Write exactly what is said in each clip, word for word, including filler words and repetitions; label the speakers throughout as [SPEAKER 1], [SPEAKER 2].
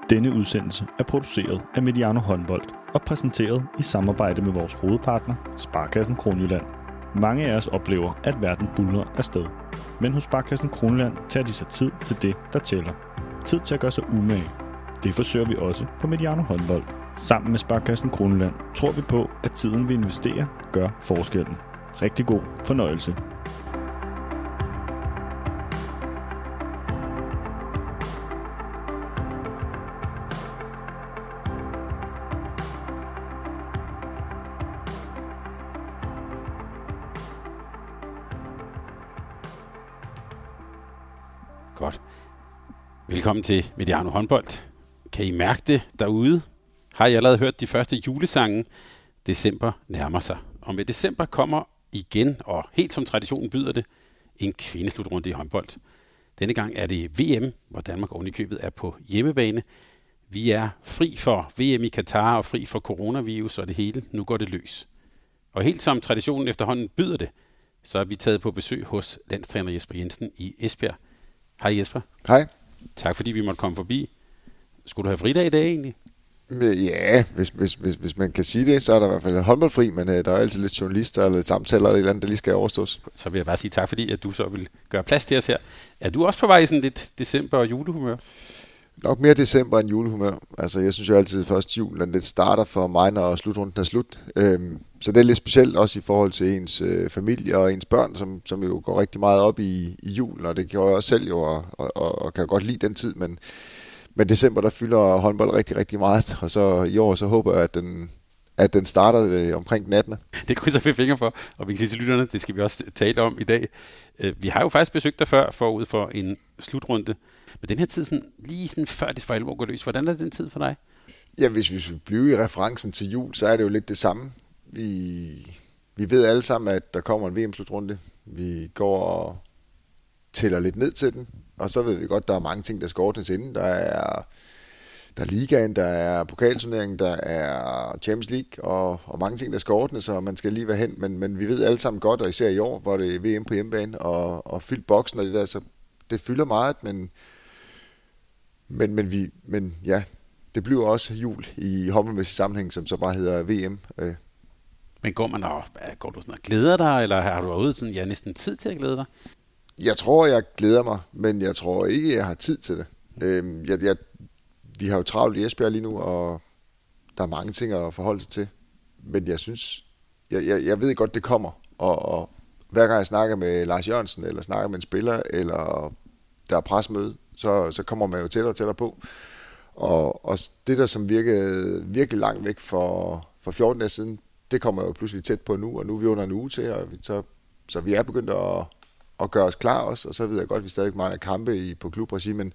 [SPEAKER 1] Denne udsendelse er produceret af Mediano Håndbold og præsenteret i samarbejde med vores hovedpartner, Sparekassen Kronjylland. Mange af os oplever, at verden buldrer afsted. Men hos Sparekassen Kronjylland tager de sig tid til det, der tæller. Tid til at gøre sig umage. Det forsøger vi også på Mediano Håndbold. Sammen med Sparekassen Kronjylland tror vi på, at tiden vi investerer gør forskellen. Rigtig god fornøjelse.
[SPEAKER 2] Godt. Velkommen til Mediano Håndbold. Kan I mærke det derude? Har I allerede hørt de første julesange? December nærmer sig. Og med december kommer igen, og helt som traditionen byder det, en kvindeslutrunde i håndbold. Denne gang er det V M, hvor Danmark oven i købet er på hjemmebane. Vi er fri for V M i Katar og fri for coronavirus og det hele. Nu går det løs. Og helt som traditionen efterhånden byder det, så er vi taget på besøg hos landstræner Jesper Jensen i Esbjerg. Hej Jesper.
[SPEAKER 3] Hej.
[SPEAKER 2] Tak fordi vi måtte komme forbi. Skulle du have fridag i dag egentlig?
[SPEAKER 3] Ja, hvis, hvis, hvis, hvis man kan sige det, så er der i hvert fald håndboldfri, men øh, der er altid lidt journalister eller lidt samtaler eller et eller andet, der lige skal overstås.
[SPEAKER 2] Så vil jeg bare sige tak fordi, at du så vil gøre plads til os her. Er du også på vej i sådan lidt december- og julehumør?
[SPEAKER 3] Nok mere december end julehumør. Altså, jeg synes jo altid, at først julen lidt starter for mig, når slutrunden er slut. Øhm, så det er lidt specielt også i forhold til ens øh, familie og ens børn, som, som jo går rigtig meget op i, i julen, og det gjorde jeg også selv jo, og, og, og kan godt lide den tid, men, men december, der fylder håndbold rigtig, rigtig meget, og så i år, så håber jeg, at den, at den starter øh, omkring den attende
[SPEAKER 2] Det krydser vi fingre for, og vi kan sige til lytterne, det skal vi også tale om i dag. Vi har jo faktisk besøgt dig før, forud for en slutrunde. Men den her tid, sådan, lige sådan før det for alvor går løs, hvordan er den tid for dig?
[SPEAKER 3] Ja, hvis vi skal blive i referencen til jul, så er det jo lidt det samme. Vi, vi ved alle sammen, at der kommer en V M-slutrunde. Vi går og tæller lidt ned til den, og så ved vi godt, at der er mange ting, der skal ordnes inden. Der er, der er ligaen, der er pokalturneringen, der er Champions League, og, og mange ting, der skal ordnes, og man skal lige være hen. Men, men vi ved alle sammen godt, og især i år, hvor det er V M på hjemmebane, og, og fyldt boksen og det der, så det fylder meget, men Men, men, vi, men ja, det bliver også jul i håndboldmæssig sammenhæng, som så bare hedder V M.
[SPEAKER 2] Men går man og, går du sådan og glæder dig, eller har du overhovedet sådan, ja, næsten tid til at glæde dig?
[SPEAKER 3] Jeg tror, jeg glæder mig, men jeg tror ikke, jeg har tid til det. Jeg, jeg, vi har jo travlt i Esbjerg lige nu, og der er mange ting at forholde sig til. Men jeg synes, jeg, jeg, jeg ved godt, det kommer. Og, og hver gang jeg snakker med Lars Jørgensen, eller snakker med en spiller, eller der er presmøde, så, så kommer man jo tættere og tættere på. Og, og det der, som virkede virkelig langt væk for, for fjorten dage siden, det kommer jo pludselig tæt på nu, og nu er vi under en uge til, og vi, så, så vi er begyndt at, at gøre os klar også, og så ved jeg godt, at vi stadig mangler kampe i, på klubregi, men,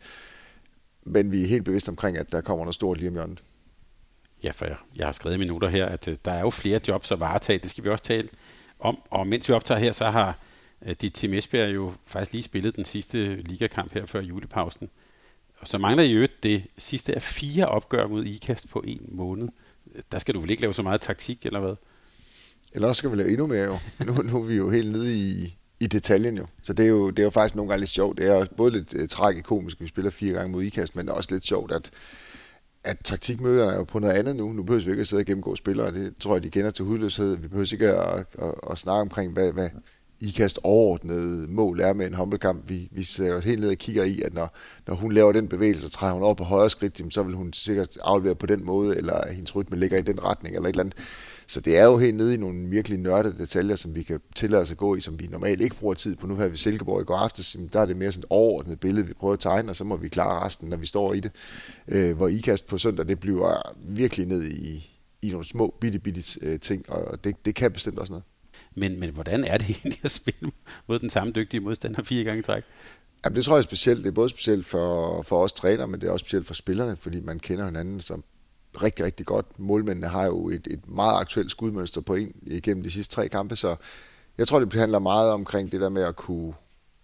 [SPEAKER 3] men vi er helt bevidste omkring, at der kommer noget stort lige om hjørnet.
[SPEAKER 2] Ja, for jeg, jeg har skrevet i minutter her, at uh, der er jo flere jobs at varetage, det skal vi også tale om, og mens vi optager her, så har dit Team Esbjerg jo faktisk lige spillet den sidste ligakamp her før julepausen. Og så mangler I øvrigt det sidste af fire opgør mod IKAST på en måned. Der skal du vel ikke lave så meget taktik, eller hvad?
[SPEAKER 3] Eller også skal vi lave endnu mere jo. Nu, nu er vi jo helt nede i, i detaljen jo. Så det er jo, det er jo faktisk nogle gange lidt sjovt. Det er både lidt uh, tragikomisk, at vi spiller fire gange mod IKAST, men det er også lidt sjovt, at, at taktikmøderne er jo på noget andet nu. Nu behøver vi ikke at sidde og gennemgå spillere. Det tror jeg, de kender til hudløshed. Vi behøver ikke at, at, at, at snakke omkring, hvad... hvad IKAST overordnede mål er med en håndboldkamp. Vi, vi ser jo helt ned og kigger i, at når, når hun laver den bevægelse, så træder hun over på højre skridt, så vil hun sikkert aflevere på den måde, eller hendes rytme ligger i den retning, eller et eller andet. Så det er jo helt nede i nogle virkelig nørdede detaljer, som vi kan tillade os at gå i, som vi normalt ikke bruger tid på. Nu her ved Silkeborg i går aftes, der er det mere sådan et overordnet billede, vi prøver at tegne, og så må vi klare resten, når vi står i det. Øh, hvor IKAST på søndag, det bliver virkelig ned i, i nogle små, bitte, bitte ting, og det, det kan bestemt også noget.
[SPEAKER 2] Men, men hvordan er det egentlig at spille mod den samme dygtige modstander fire gange i træk?
[SPEAKER 3] Jamen, det tror jeg er specielt. Det er både specielt for, for os trænere, men det er også specielt for spillerne, fordi man kender hinanden som rigtig, rigtig godt. Målmændene har jo et, et meget aktuelt skudmønster på en igennem de sidste tre kampe, så jeg tror, det handler meget omkring det der med at kunne,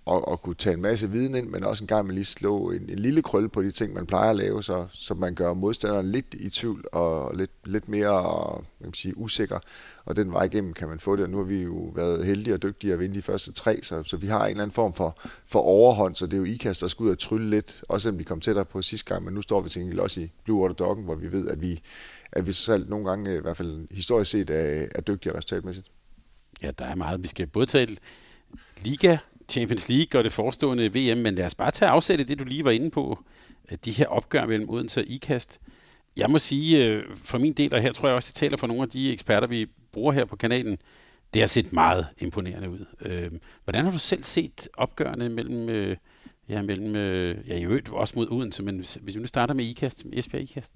[SPEAKER 3] og, og kunne tage en masse viden ind, men også en gang med lige slå en, en lille krølle på de ting, man plejer at lave, så, så man gør modstanderen lidt i tvivl og lidt, lidt mere man kan sige, usikker. Og den vej igennem kan man få det, og nu har vi jo været heldige og dygtige at vinde de første tre, så, så vi har en eller anden form for, for overhånd, så det er jo IKAST, der skal ud og trylle lidt, også selvom de kom tættere på sidste gang, men nu står vi til gengæld også i Blue Water Doggen, hvor vi ved, at vi, at vi selv nogle gange, i hvert fald historisk set, er, er dygtige resultatmæssigt.
[SPEAKER 2] Ja, der er meget. Vi skal både tale Liga, Champions League og det forestående V M, men lad os bare tage afsæt i det, du lige var inde på. De her opgør mellem Odense og IKAST. Jeg må sige, for min del, og her tror jeg også, jeg taler for nogle af de eksperter, vi bruger her på kanalen, det har set meget imponerende ud. Hvordan har du selv set opgørene mellem, ja, mellem ja, i øvrigt også mod Odense, men hvis vi nu starter med IKAST, Esbjerg IKAST?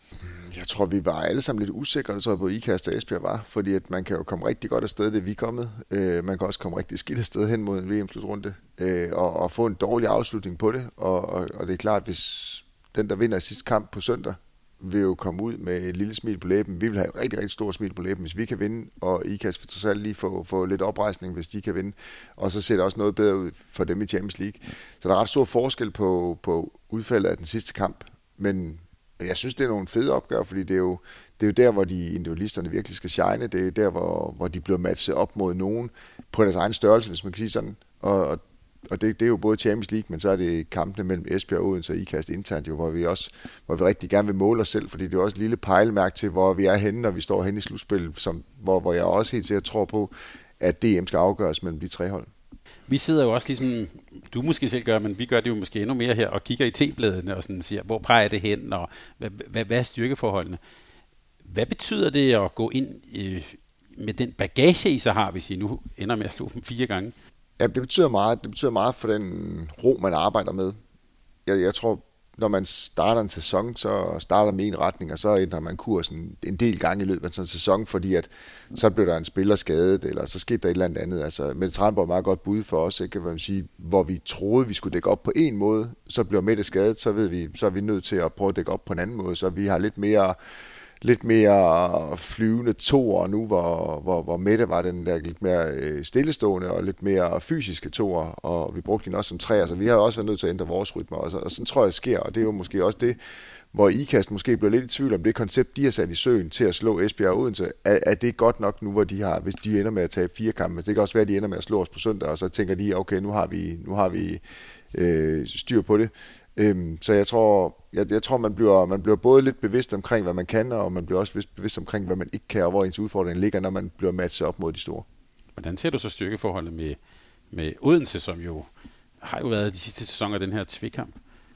[SPEAKER 3] Jeg tror, vi var alle sammen lidt usikre, det tror jeg både IKAST og Esbjerg var, fordi at man kan jo komme rigtig godt afsted, det vi er kommet. Øh, man kan også komme rigtig skidt afsted hen mod en V M-slutrunde, øh, og, og få en dårlig afslutning på det. Og, og, og det er klart, hvis den, der vinder sidste kamp på søndag, vil jo komme ud med et lille smil på læben. Vi vil have et rigtig, rigtig stort smil på læben, hvis vi kan vinde, og IKAST vil trods alt lige få, få lidt oprejsning, hvis de kan vinde. Og så ser det også noget bedre ud for dem i Champions League. Så der er ret stor forskel på, på udfaldet af den sidste kamp, men jeg synes, det er nogle fede opgør, fordi det er jo, det er jo der, hvor de individualisterne virkelig skal shine. Det er jo der, hvor, hvor de bliver matchet op mod nogen på deres egen størrelse, hvis man kan sige sådan. Og, og det, det er jo både Champions League, men så er det kampene mellem Esbjerg og Odense og IKAST internt, jo, hvor vi også hvor vi rigtig gerne vil måle os selv, fordi det er også et lille pejlemærke til, hvor vi er henne, når vi står henne i slutspillet, som, hvor, hvor jeg også helt sikkert tror på, at D M skal afgøres mellem de tre hold.
[SPEAKER 2] Vi sidder jo også ligesom, du måske selv gør, men vi gør det jo måske endnu mere her, og kigger i tebladene og sådan siger, hvor peger det hen, og hvad, hvad, hvad er styrkeforholdene? Hvad betyder det at gå ind øh, med den bagage, I så har, hvis I nu ender med at slå dem fire gange?
[SPEAKER 3] Ja, det betyder meget. Det betyder meget for den ro, man arbejder med. Jeg, jeg tror, når man starter en sæson, så starter man i en retning, og så ændrer man kursen en del gange i løbet af sådan en sæson, fordi at så bliver der en spiller skadet, eller så sker der et eller andet andet. Altså, Mette Tranborg er meget godt bud for os, ikke? Hvad man sige, hvor vi troede, vi skulle dække op på en måde, så bliver Mette skadet, så ved vi, så er vi nødt til at prøve at dække op på en anden måde, så vi har lidt mere lidt mere flyvende toer nu, hvor, hvor, hvor Mette var den der lidt mere stillestående og lidt mere fysiske toer, og vi brugte hende også som træer, så vi har også været nødt til at ændre vores rytmer, og, så, og sådan tror jeg sker, og det er jo måske også det, hvor IKAST måske bliver lidt i tvivl om det koncept, de har sat i søen til at slå Esbjerg og Odense. Er, er det godt nok nu, hvor de har, hvis de ender med at tage fire kampe? Det kan også være, at de ender med at slå os på søndag, og så tænker de, okay, nu har vi, nu har vi øh, styr på det. Øhm, så jeg tror, jeg, jeg tror man bliver, man bliver både lidt bevidst omkring, hvad man kan, og man bliver også bevidst omkring, hvad man ikke kan, og hvor ens udfordring ligger, når man bliver matchet op mod de store.
[SPEAKER 2] Hvordan ser du så styrkeforholdet med, med Odense, som jo har jo været de sidste sæsoner den her tvekamp?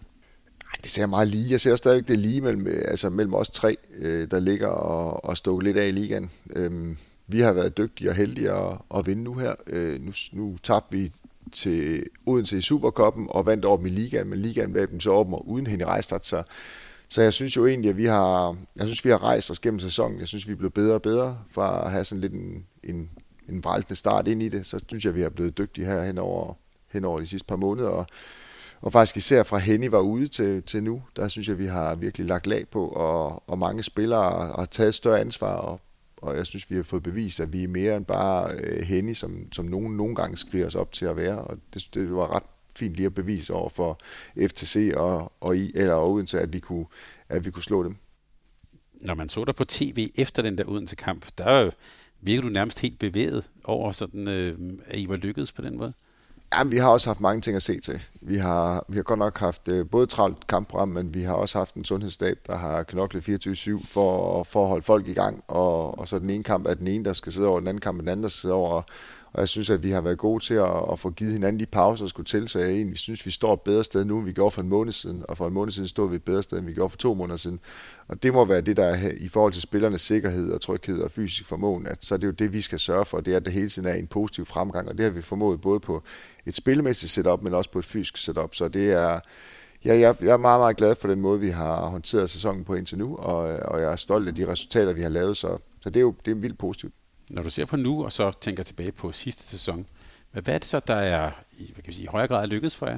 [SPEAKER 3] Det ser meget lige. Jeg ser stadigvæk det lige mellem, altså mellem os tre, øh, der ligger og, og står lidt af i ligaen. Øhm, vi har været dygtige og heldige at, at vinde nu her. Øh, nu, nu tabte vi til Odense i Supercuppen og vandt over dem i ligaen, men ligaen vandt dem så op og uden Henny Reistad. Så, så jeg synes jo egentlig, at vi har, jeg synes, vi har rejst os gennem sæsonen. Jeg synes, vi er blevet bedre og bedre fra at have sådan lidt en, en, en vræltende start ind i det. Så synes jeg, vi har blevet dygtige her hen over, hen over de sidste par måneder. Og, og faktisk især fra Henny var ude til, til nu, der synes jeg, vi har virkelig lagt lag på, og, og mange spillere har taget større ansvar, og Og jeg synes, vi har fået bevist, at vi er mere end bare øh, Henny, som, som nogen nogle gange skriver os op til at være. Og det, det var ret fint lige at bevise over for F T C og, og I, eller Odense, at vi, kunne, at vi kunne slå dem.
[SPEAKER 2] Når man så dig på tv efter den der Odense-kamp, der virker du nærmest helt bevæget over, sådan, øh, at I var lykkedes på den måde?
[SPEAKER 3] Jamen, vi har også haft mange ting at se til. Vi har, vi har godt nok haft øh, både et travlt kampprogram, men vi har også haft en sundhedsstab, der har knoklet fireogtyve syv for, for at holde folk i gang. Og, og så den ene kamp er den ene, der skal sidde over, den anden kamp er den anden, der skal sidde over. Og jeg synes, at vi har været gode til at, at få givet hinanden de pauser, der skulle til. Så jeg egentlig synes, vi står et bedre sted nu, end vi gjorde for en måned siden. Og for en måned siden stod vi et bedre sted, end vi gjorde for to måneder siden. Og det må være det, der er i forhold til spillernes sikkerhed og tryghed og fysisk formåen. At så er det jo det, vi skal sørge for. Det er, at det hele tiden er en positiv fremgang. Og det har vi formået både på et spillemæssigt setup, men også på et fysisk setup. Så det er... Ja, jeg, jeg er meget, meget glad for den måde, vi har håndteret sæsonen på indtil nu. Og, og jeg er stolt af de resultater, vi har lavet. Så, så det er jo det er vildt positivt.
[SPEAKER 2] Når du ser på nu, og så tænker tilbage på sidste sæson, hvad er det så, der er i, hvad kan vi sige, i højere grad lykkedes for jer?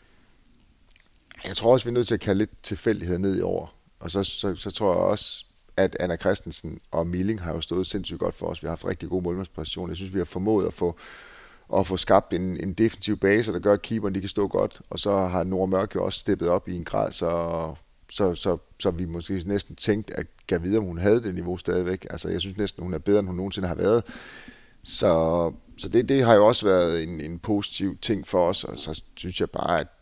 [SPEAKER 3] Jeg tror også, vi er nødt til at kalde lidt tilfældighed ned i år. Og så, så, så tror jeg også, at Anna Christensen og Milling har jo stået sindssygt godt for os. Vi har haft rigtig gode målmandspræstationer. Jeg synes, vi har formået at få, at få skabt en, en defensiv base, der gør, at keeperen de kan stå godt. Og så har Nora Mørk jo også steppet op i en grad, så, så, så, så vi måske næsten tænkt, at gav videre, om hun havde det niveau stadigvæk. Altså jeg synes næsten, hun er bedre, end hun nogensinde har været. Så, så det, det har jo også været en, en positiv ting for os, og så synes jeg bare, at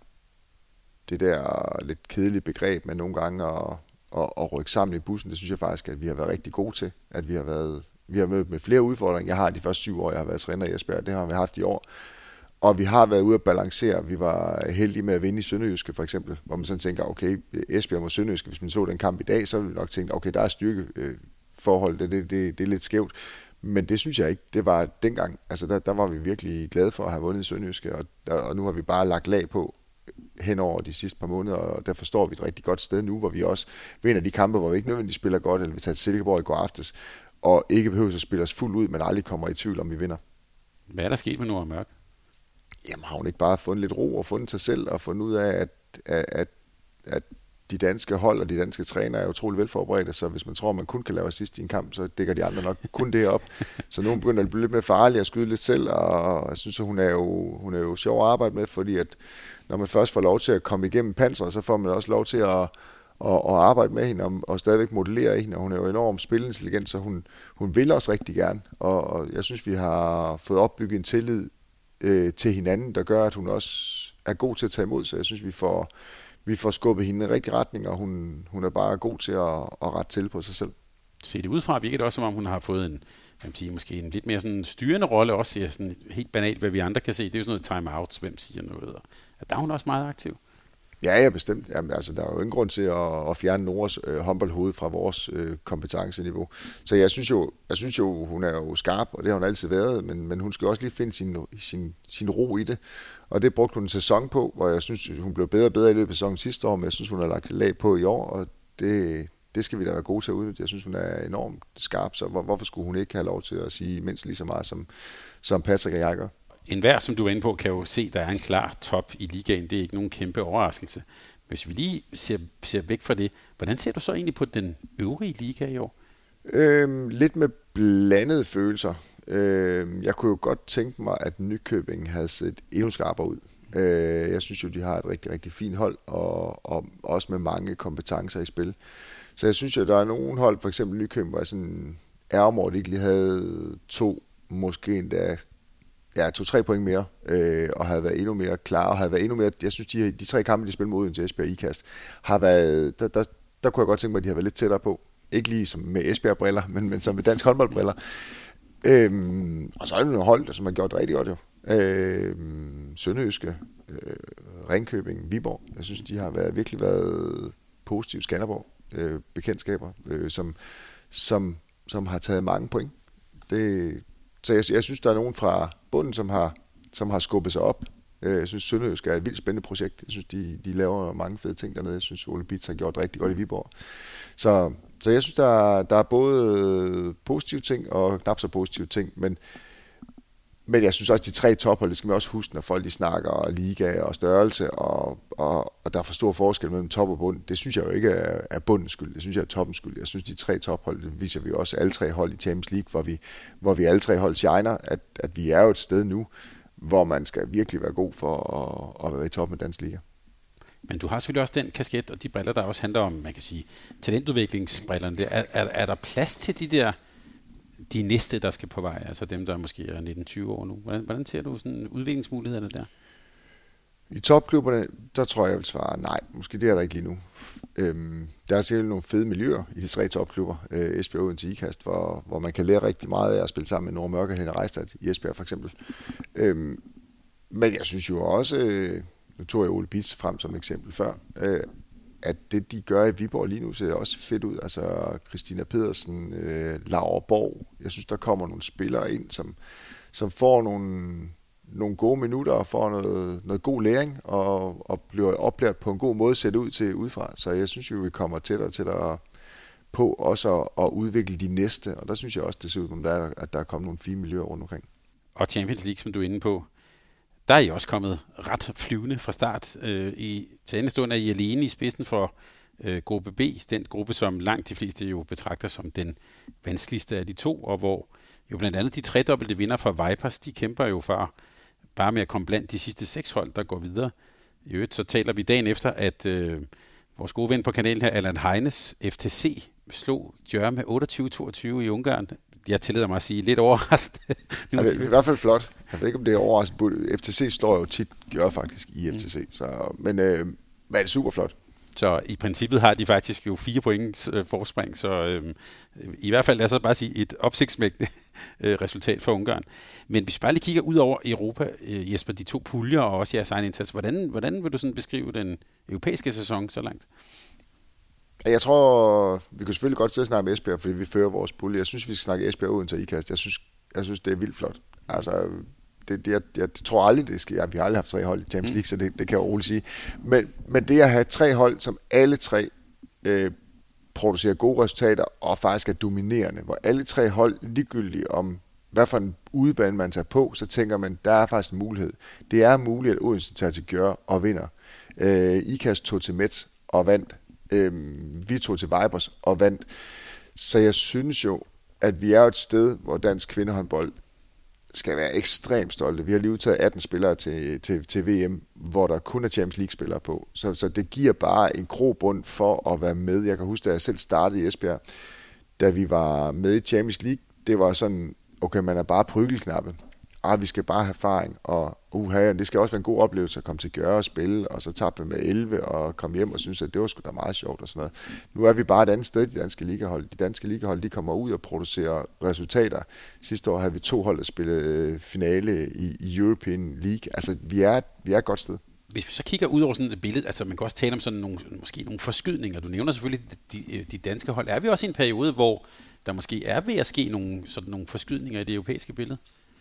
[SPEAKER 3] det der lidt kedelige begreb med nogle gange at, at, at rykke sammen i bussen, det synes jeg faktisk, at vi har været rigtig gode til. At vi har været, vi har mødt med flere udfordringer. Jeg har de første syv år, jeg har været træner i Esbjerg, det har vi haft i år. Og vi har været ude at balancere. Vi var heldige med at vinde i Sønderjyske for eksempel, hvor man sådan tænker, okay, Esbjerg mod Sønderjyske, hvis man så den kamp i dag, så ville vi nok tænke, okay, der er styrkeforhold, det, det, det, det er lidt skævt. Men det synes jeg ikke, det var dengang. Altså der, der var vi virkelig glade for at have vundet i Sønderjyske, og, der, og nu har vi bare lagt lag på hen over de sidste par måneder, og der forstår vi et rigtig godt sted nu, hvor vi også vinder de kampe, hvor vi ikke nødvendigvis spiller godt, eller vi tager til Silkeborg i går aftes, og ikke behøver at spille os fuldt ud, men aldrig kommer i tvivl om, vi vinder.
[SPEAKER 2] Hvad er der sket med Nora Mørk?
[SPEAKER 3] Jamen har hun ikke bare fundet lidt ro og fundet sig selv, og fundet ud af, at, at, at, at de danske hold og de danske trænere er utrolig velforberedte, så hvis man tror, man kun kan lave assist i en kamp, så dækker de andre nok kun det op. Så nu begynder det blive lidt mere farligt at skyde lidt selv, og jeg synes, at hun er jo, hun er jo sjov at arbejde med, fordi at når man først får lov til at komme igennem panseret, så får man også lov til at, at, at arbejde med hende og, og stadigvæk modellere hende, og hun er jo enormt spilintelligent, så hun, hun vil også rigtig gerne, og, og jeg synes, vi har fået opbygget en tillid øh, til hinanden, der gør, at hun også er god til at tage imod, så jeg synes, vi får Vi får skubbet hende i en rigtig retning, og hun, hun er bare god til at, at rette til på sig selv.
[SPEAKER 2] Se det udefra virker det også, som om hun har fået en, hvad man siger, måske en lidt mere sådan styrende rolle, også siger sådan helt banalt, hvad vi andre kan se. Det er jo sådan noget time-out, hvem siger noget. Og der er hun også meget aktiv.
[SPEAKER 3] Ja, ja, bestemt. Jamen, altså, der er jo ingen grund til at, at fjerne Noras øh, håndboldhoved fra vores øh, kompetenceniveau. Så jeg synes, jo, jeg synes jo, hun er jo skarp, og det har hun altid været, men, men hun skal også lige finde sin, sin, sin ro i det. Og det brugte hun en sæson på, hvor jeg synes, hun blev bedre og bedre i løbet af sæsonen sidste år, men jeg synes, hun har lagt et lag på i år, og det, det skal vi da være gode til at udnytte. Jeg synes, hun er enormt skarp, så hvor, hvorfor skulle hun ikke have lov til at sige mindst lige så meget, som, som Patrick og jeg gør?
[SPEAKER 2] En hver, som du var inde på, kan jo se, at der er en klar top i ligaen. Det er ikke nogen kæmpe overraskelse. Hvis vi lige ser, ser væk fra det, hvordan ser du så egentlig på den øvrige liga i år?
[SPEAKER 3] Øhm, lidt med blandede følelser. Øhm, jeg kunne jo godt tænke mig, at Nykøbing havde set endnu skarpere ud. Øh, jeg synes jo, de har et rigtig, rigtig fint hold, og, og også med mange kompetencer i spil. Så jeg synes jo, der er nogle hold, for eksempel Nykøbing, var sådan ærger, at de ikke lige havde to, måske endda ja, to-tre point mere, øh, og havde været endnu mere klar, og havde været endnu mere, jeg synes, de, de tre kampe, de spillede mod Odense, Esbjerg og Ikast, har været, der, der, der kunne jeg godt tænke mig, at de har været lidt tættere på. Ikke lige som med Esbjerg-briller, men, men som med dansk håndboldbriller. Øhm, og så er det nogle hold, som har gjort det rigtig godt jo. Øhm, Sønderjyske, øh, Ringkøbing, Viborg. Jeg synes, de har været, virkelig været positive. Skanderborg, øh, bekendtskaber, øh, som, som, som har taget mange point. Det, så jeg, jeg synes, der er nogen fra bunden, som har, som har skubbet sig op. Jeg synes, Sønderjyske er et vildt spændende projekt. Jeg synes, de, de laver mange fede ting dernede. Jeg synes, Ole Bitz har gjort det rigtig godt i Viborg. Så, så jeg synes, der, der er både positive ting og knap så positive ting. Men, men jeg synes også, de tre tophold, det skal man også huske, når folk de snakker liga og størrelse, og, og, og der er for stor forskel mellem top og bund. Det synes jeg jo ikke er, er bundens skyld. Det synes jeg er toppens skyld. Jeg synes, de tre tophold, det viser vi også alle tre hold i Champions League, hvor vi, hvor vi alle tre hold shiner, at, at vi er jo et sted nu, hvor man skal virkelig være god for at, at være i top med dansk liga.
[SPEAKER 2] Men du har selvfølgelig også den kasket og de briller, der også handler om, man kan sige, talentudviklingsbrillerne. Er, er, er der plads til de der, de næste, der skal på vej, altså dem, der måske er nitten tyve år nu? Hvordan, hvordan ser du sådan udviklingsmulighederne der?
[SPEAKER 3] I topklubberne, der tror jeg, jeg vil svare nej. Måske det er der ikke lige nu. Øhm, der er sikkert nogle fede miljøer i de tre topklubber. Øh, Esbjerg, Odense, Ikast, hvor, hvor man kan lære rigtig meget af at spille sammen med Nora Mørk og Helena Reistad i Esbjerg for eksempel. Øhm, men jeg synes jo også, øh, nu tog jeg Ole Bitz frem som eksempel før, øh, at det, de gør i Viborg lige nu, ser også fedt ud. Altså Christina Pedersen, øh, Laura Borg. Jeg synes, der kommer nogle spillere ind, som, som får nogle... nogle gode minutter og får noget, noget god læring og, og bliver oplært på en god måde sætte ud til udefra. Så jeg synes jo, vi kommer tættere og tættere på også at, at udvikle de næste, og der synes jeg også, det ser ud som, der, at der er kommet nogle fine miljøer rundt omkring.
[SPEAKER 2] Og Champions League, som du er inde på, der er I også kommet ret flyvende fra start. Øh, i talende stund er I alene i spidsen for øh, gruppe B, den gruppe, som langt de fleste jo betragter som den vanskeligste af de to, og hvor jo blandt andet de tredobbelte vinder fra Vipers, de kæmper jo for bare med at komme blandt de sidste seks hold, der går videre. I øvrigt, så taler vi dagen efter, at øh, vores gode ven på kanalen her, Allan Heines, F T C, slog Gjør med otteogtyve toogtyve i Ungarn. Jeg tillader mig at sige lidt overraskende.
[SPEAKER 3] Ja, det er i hvert fald flot. Jeg ved ikke, om det er overraskende. F T C slår jo tit Gjør faktisk i F T C. Mm. Så, men, øh, men det er super flot.
[SPEAKER 2] Så i princippet har de faktisk jo fire points øh, forspring, så øh, i hvert fald lad os bare sige et opsigtsvækkende øh, resultat for Ungarn. Men hvis vi bare lige kigger ud over Europa, øh, Jesper, de to puljer og også jeres egen indsats, hvordan, hvordan vil du sådan beskrive den europæiske sæson så langt?
[SPEAKER 3] Jeg tror, vi kunne selvfølgelig godt sidde og snakke med Esbjerg, fordi vi fører vores pulje. Jeg synes, vi skal snakke Esbjerg uden til IKAST. Jeg synes, jeg synes, det er vildt flot. Altså, det, det, jeg, jeg tror aldrig, det sker. Vi har aldrig haft tre hold i Champions League, så det, det kan jeg roligt sige. Men, men det at have tre hold, som alle tre øh, producerer gode resultater og faktisk er dominerende, hvor alle tre hold ligegyldigt om, hvad for en udebane man tager på, så tænker man, der er faktisk en mulighed. Det er muligt, at Odense tager til Gjør og vinder. Øh, IKAST tog til Metz og vandt. Øh, vi tog til Vipers og vandt. Så jeg synes jo, at vi er et sted, hvor dansk kvindehåndbold skal være ekstremt stolte. Vi har lige udtaget atten spillere til, til, til V M, hvor der kun er Champions League-spillere på. Så, så det giver bare en grobund for at være med. Jeg kan huske, da jeg selv startede i Esbjerg, da vi var med i Champions League, det var sådan, okay, man er bare prygelknappe. Ah, vi skal bare have erfaring, og uha, det skal også være en god oplevelse at komme til Gøre og spille, og så tabte vi med elleve og komme hjem og synes, at det var sgu da meget sjovt og sådan noget. Nu er vi bare et andet sted, de danske ligahold. De danske ligahold, de kommer ud og producerer resultater. Sidste år havde vi to hold, der spillede finale i, i European League. Altså, vi er, vi er et godt sted.
[SPEAKER 2] Hvis vi så kigger ud over sådan et billede, altså man kan også tale om sådan nogle, måske nogle forskydninger. Du nævner selvfølgelig de, de danske hold. Er vi også i en periode, hvor der måske er ved at ske nogle, sådan nogle forskydninger i det europæiske billede?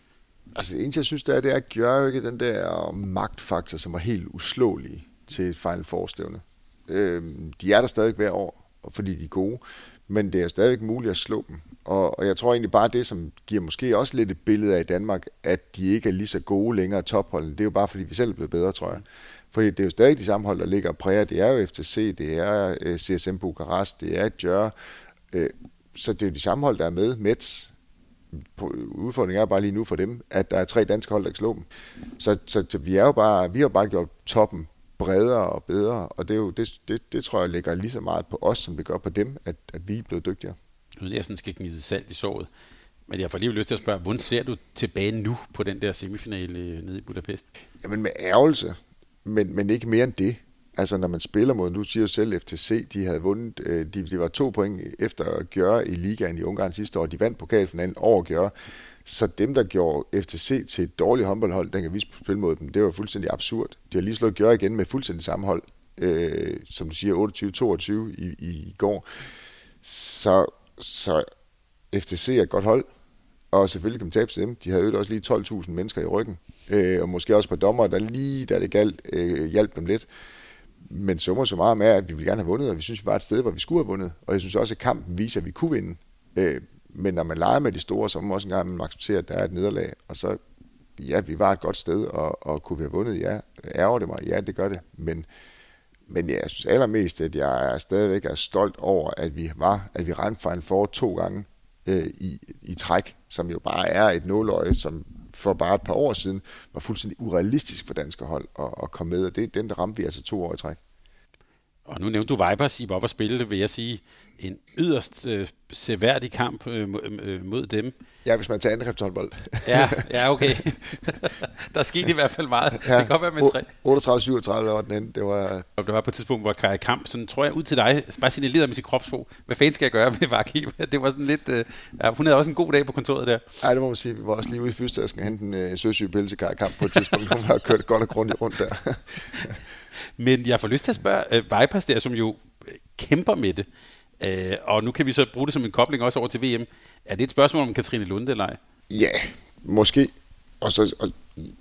[SPEAKER 3] Altså det eneste, jeg synes, det er, det er at gøre ikke den der magtfaktor, som var helt uslåelig til et Final Four-stævne. Øhm, de er der stadig hver år, fordi de er gode, men det er stadig muligt at slå dem. Og, og jeg tror egentlig bare det, som giver måske også lidt et billede af i Danmark, at de ikke er lige så gode længere topholdene, det er jo bare fordi vi selv er blevet bedre, tror jeg. Fordi det er jo stadig de samme hold, der ligger og præger. Det er jo F T C, det er C S M Bukarest, det er Gjør. Øh, så det er jo de samme hold, der er med. Metz. Udfordringen er bare lige nu for dem, at der er tre danske hold, der kan slå dem. Så, så vi er jo bare, vi har bare gjort toppen bredere og bedre, og det, er jo, det, det, det tror jeg ligger lige så meget på os, som det gør på dem, at, at vi er blevet dygtigere.
[SPEAKER 2] Uden jeg sådan skal gnide salt i såret, men jeg får lige lyst til at spørge, hvordan ser du tilbage nu på den der semifinale nede i Budapest?
[SPEAKER 3] Jamen med ærgelse, men, men ikke mere end det. Altså når man spiller mod, du siger jo selv F T C, de havde vundet, de, de var to point efter at gøre i ligaen i Ungarn sidste år, de vandt pokalfinalen over at gøre. Så dem, der gjorde F T C til et dårligt håndboldhold, den kan vi spille mod dem, det var fuldstændig absurd. De har lige slået Gøre igen med fuldstændig samme hold, øh, som du siger, otteogtyve toogtyve i, i går. Så, så F T C er et godt hold, og selvfølgelig kan man tabe til dem. De havde jo også lige tolv tusind mennesker i ryggen, øh, og måske også på dommer, der lige da det galt, øh, hjalp dem lidt. Men summer så meget med, at vi ville gerne have vundet, og vi synes, vi var et sted, hvor vi skulle have vundet. Og jeg synes også, at kampen viser, at vi kunne vinde. Øh, men når man leger med de store, så må man også engang man acceptere, at der er et nederlag. Og så, ja, vi var et godt sted, og, og kunne vi have vundet? Ja, ærger det mig? Ja, det gør det. Men, men ja, jeg synes allermest, at jeg er stadigvæk er stolt over, at vi var, at vi rendte Final Four to gange øh, i, i træk, som jo bare er et nåløje, som for bare et par år siden var fuldstændig urealistisk for danske hold at, at komme med, og det er den, der ramte vi altså to år i træk.
[SPEAKER 2] Og nu nævnte du Vipers, I var oppe at spille det, vil jeg sige, en yderst øh, seværdig kamp øh, øh, mod dem.
[SPEAKER 3] Ja, hvis man tager andrekræftshåndbold.
[SPEAKER 2] ja, ja, okay. Der skete i hvert fald meget. Ja, det kan godt være med tre.
[SPEAKER 3] otteogtredive syvogtredive var den anden. Det var...
[SPEAKER 2] Og det var på et tidspunkt, hvor Kai Kamp, sådan tror jeg, ud til dig, bare signalerede med sit kropsprog. Hvad fanden skal jeg gøre med Varkiv? Det var sådan lidt... Øh, ja, hun havde også en god dag på kontoret der.
[SPEAKER 3] Nej, det må man sige. Vi var også lige ude i fyrstasken og hente en øh, søsyge pille til Kai Kamp på et tidspunkt. Hun har kørt godt og grundigt rundt der.
[SPEAKER 2] Men jeg får lyst til at spørge uh, Vipers der, som jo kæmper med det, uh, og nu kan vi så bruge det som en kobling også over til V M. Er det et spørgsmål om Katrine Lunde eller ej?
[SPEAKER 3] Ja, måske. Og så, og,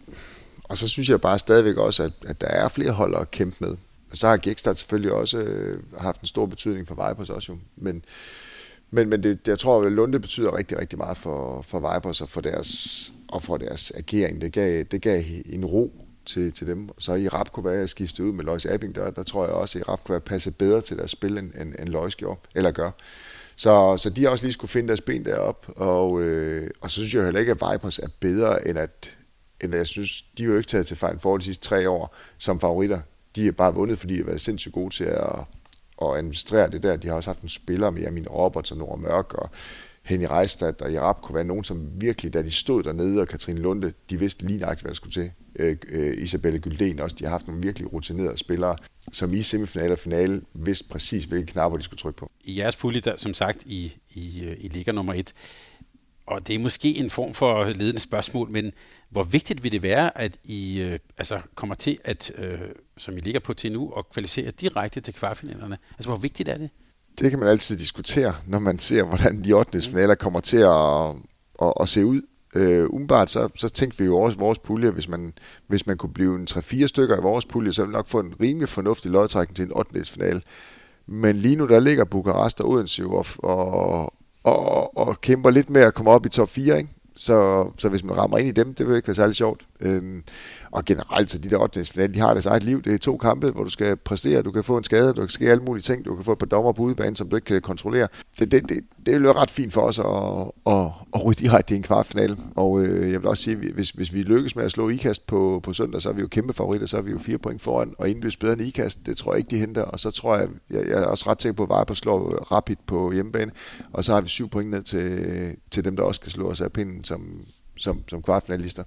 [SPEAKER 3] og så synes jeg bare stadigvæk også, at, at der er flere hold at kæmpe med. Så har Gexstad selvfølgelig også øh, haft en stor betydning for Vipers også jo. Men, men, men det, jeg tror, at Lunde betyder rigtig, rigtig meget for, for Vipers og for deres, og for deres agering. Det gav, det gav en ro til, til dem. Så i Rap kunne være skiftet ud med Lois Abing, der, der tror jeg også, at i Rap kunne være passet bedre til deres spil, end, end, end Lois gjorde, eller gør. Så, så de også lige skulle finde deres ben derop, og, øh, og så synes jeg heller ikke, at Vipers er bedre, end at, end jeg synes, de er jo ikke taget til Final Four de sidste tre år som favoritter. De er bare vundet, fordi de har været sindssygt gode til at, at administrere det der. De har også haft nogle spillere med Amin Roberts og Nora Mørk og Henny Reistad og Jarab kunne være nogen, som virkelig, da de stod dernede, og Katrine Lunde, de vidste lige nøjagtigt, hvad der skulle til. Øh, øh, Isabelle Gyldén også, de har haft nogle virkelig rutinerede spillere, som i semifinale og finale vidste præcis, hvilke knapper de skulle trykke på.
[SPEAKER 2] I jeres pulje, der, som sagt, i, i, i ligger nummer et, og det er måske en form for ledende spørgsmål, men hvor vigtigt vil det være, at I øh, altså kommer til, at, øh, som I ligger på til nu, og kvalificere direkte til kvartfinalerne? Altså, hvor vigtigt er det?
[SPEAKER 3] Det kan man altid diskutere, når man ser, hvordan de ottende finaler kommer til at, at, at se ud. Uh, umiddelbart så, så tænkte vi jo også vores pulje, hvis man, hvis man kunne blive en tre fire stykker i vores pulje, så ville nok få en rimelig fornuftig lodtrækning til en ottende finale. Men lige nu der ligger Bukarest og Odense og, og, og, og kæmper lidt med at komme op i top fire, ikke? Så, så hvis man rammer ind i dem, det vil ikke være særlig sjovt. Øhm, og generelt, så de der ottende finaler, de har deres eget liv. Det er to kampe, hvor du skal præstere, du kan få en skade, du kan ske alle mulige ting, du kan få et par dommer på udebanen, som du ikke kan kontrollere. Det, det, det, det vil være ret fint for os at, at, at ryge direkte i en kvartfinale. Og øh, jeg vil også sige, hvis, hvis vi lykkes med at slå IKAST på, på søndag, så er vi jo kæmpe favoritter, så er vi jo fire point foran, og indbys bedre end IKAST, det tror jeg ikke, de henter. Og så tror jeg, jeg, jeg er også ret sikker på at veje på at slå Rapid på hjemmebane, og så har vi syv point ned til, til dem, der også skal slå os af pinden som, som, som kvartfinalister.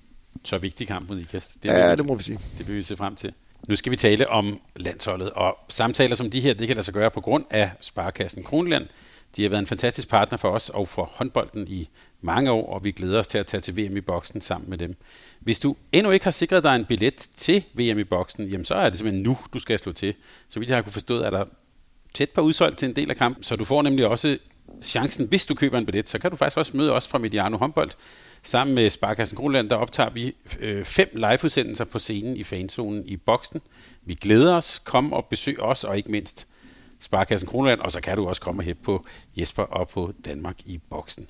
[SPEAKER 2] Så vigtig kamp mod IKAST. Det
[SPEAKER 3] ja,
[SPEAKER 2] vi,
[SPEAKER 3] det må vi sige.
[SPEAKER 2] Det vil vi se frem til. Nu skal vi tale om landsholdet, og samtaler som de her, det kan lade sig gøre på grund af Sparekassen Kronjylland. De har været en fantastisk partner for os og for håndbolden i mange år, og vi glæder os til at tage til V M i boksen sammen med dem. Hvis du endnu ikke har sikret dig en billet til V M i boksen, jamen så er det simpelthen nu, du skal slå til. Så vidt jeg har kunne forstå, er der tæt på udsolgt til en del af kampen, så du får nemlig også chancen, hvis du køber en billet, så kan du faktisk også møde os fra Mediano Håndbold. Sammen med Sparekassen Kronjylland, der optager vi øh, fem liveudsendelser på scenen i fanzonen i boksen. Vi glæder os, kom og besøg os, og ikke mindst Sparekassen Kronjylland, og så kan du også komme og hæppe på Jesper og på Danmark i boksen.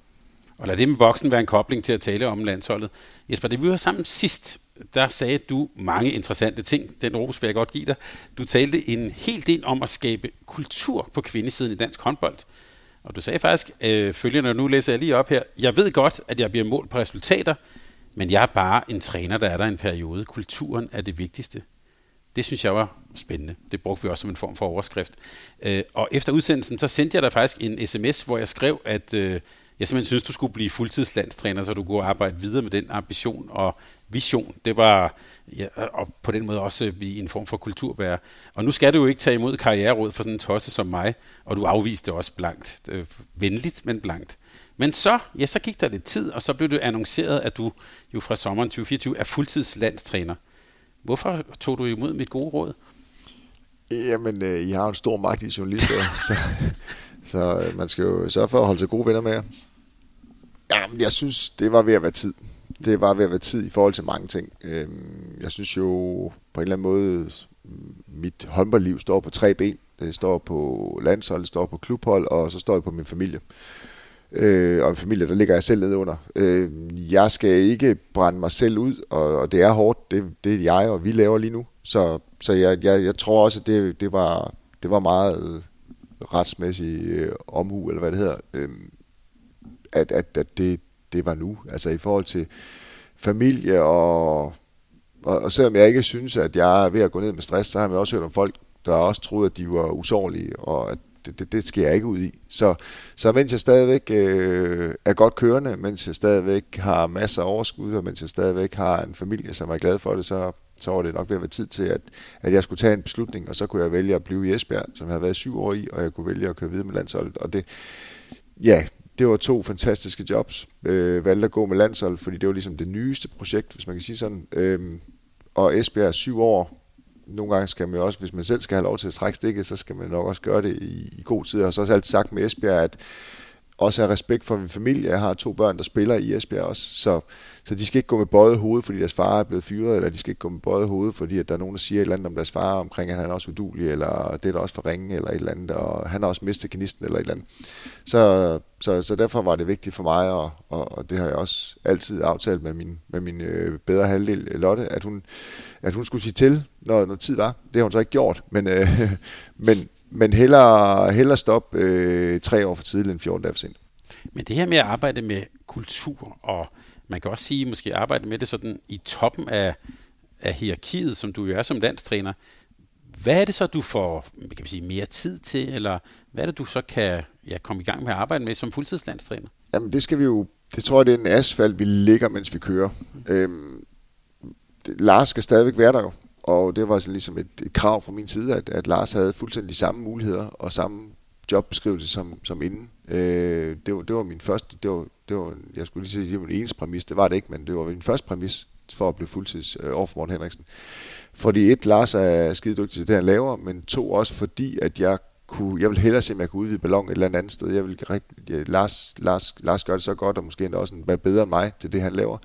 [SPEAKER 2] Og lad det med boksen være en kobling til at tale om landsholdet. Jesper, det vi var sammen sidst, der sagde du mange interessante ting. Den ros vil jeg godt give dig. Du talte en hel del om at skabe kultur på kvindesiden i dansk håndbold. Og du sagde faktisk øh, følgende, og nu læser jeg lige op her. Jeg ved godt, at jeg bliver målt på resultater, men jeg er bare en træner, der er der en periode. Kulturen er det vigtigste. Det synes jeg var spændende. Det brugte vi også som en form for overskrift. Øh, og efter udsendelsen, så sendte jeg dig faktisk en sms, hvor jeg skrev, at øh, jeg simpelthen synes, du skulle blive fuldtidslandstræner, så du kunne arbejde videre med den ambition og vision. Det var ja, og på den måde også blive en form for kulturbærer. Og nu skal du jo ikke tage imod karriereråd for sådan en tosse som mig, og du afviste også blankt. Øh, venligt, men blankt. Men så, ja, så gik der lidt tid, og så blev det annonceret, at du jo fra sommeren tyve fireogtyve er fuldtidslandstræner. Hvorfor tog du imod mit gode råd?
[SPEAKER 3] Jamen, øh, I har en stor magt i journalister, så, så man skal jo sørge for at holde sig gode venner med jer. Jamen, jeg synes, det var ved at være tid. Det var ved at være tid i forhold til mange ting. Jeg synes jo på en eller anden måde, mit håndboldliv står på tre ben. Det står på landshold, det står på klubhold, og så står det på min familie. Øh, og en familie, der ligger jeg selv nede under. Øh, jeg skal ikke brænde mig selv ud, og, og det er hårdt, det, det er jeg og vi laver lige nu. Så, så jeg, jeg, jeg tror også, at det, det, var, det var meget retsmæssig øh, omhu, eller hvad det hedder, øh, at, at, at det, det var nu. Altså i forhold til familie, og, og, og selvom jeg ikke synes, at jeg er ved at gå ned med stress, så har jeg også hørt om folk, der også troede, at de var usårlige, og at Det, det, det skal jeg ikke ud i. Så, så mens jeg stadigvæk øh, er godt kørende, mens jeg stadigvæk har masser af overskud, og mens jeg stadigvæk har en familie, som er glad for det, så, så var det nok ved at være tid til, at, at jeg skulle tage en beslutning, og så kunne jeg vælge at blive i Esbjerg, som jeg havde været syv år i, og jeg kunne vælge at køre videre med landsholdet. Og det, ja, det var to fantastiske jobs. Øh, valgte at gå med landsholdet, fordi det var ligesom det nyeste projekt, hvis man kan sige sådan. Øh, og Esbjerg er syv år. Nogle gange skal man jo også, hvis man selv skal have lov til at trække stikket, så skal man nok også gøre det i, i god tid. Jeg har så også altid sagt med Esbjerg, at også af respekt for min familie, jeg har to børn, der spiller i Esbjerg også, så, så de skal ikke gå med bøjet hoved, fordi deres far er blevet fyret, eller de skal ikke gå med bøjet hoved, fordi at der er nogen, der siger et eller andet om deres far, omkring at han er også uduelig, eller det er der også for ringe, eller et eller andet, og han har også mistet knisten, eller et eller andet. Så, så, så derfor var det vigtigt for mig, og, og, og det har jeg også altid aftalt med min, med min øh, bedre halvdel, Lotte, at hun, at hun skulle sige til, når, når tid var. Det har hun så ikke gjort, men, øh, men, men hellere, hellere stoppe øh, tre år for tidligt end fjorten dage for sent.
[SPEAKER 2] Men det her med at arbejde med kultur og man kan også sige, måske arbejde med det sådan i toppen af, af hierarkiet, som du jo er som landstræner. Hvad er det så, du får kan vi sige, mere tid til, eller hvad er det, du så kan ja, komme i gang med at arbejde med som fuldtidslandstræner?
[SPEAKER 3] Jamen det skal vi jo, det tror jeg, det er en asfalt, vi ligger, mens vi kører. Øhm, det, Lars skal stadigvæk være der jo, og det var sådan ligesom et, et krav fra min side, at, at Lars havde fuldstændig de samme muligheder og samme jobbeskrivelse som, som inden. Øh, det, var, det var min første, det var, det var, jeg skulle lige sige, det var min eneste præmis, det var det ikke, men det var min første præmis for at blive fuldtids øh, over for Morten Henriksen. Fordi et, Lars er skide dygtig til det, han laver, men to, også fordi, at jeg kunne, jeg vil hellere se, om jeg kunne udvide ballon et eller andet sted. Jeg vil rigtig, Lars, Lars, Lars gør det så godt, og måske endda også være bedre end mig til det, han laver.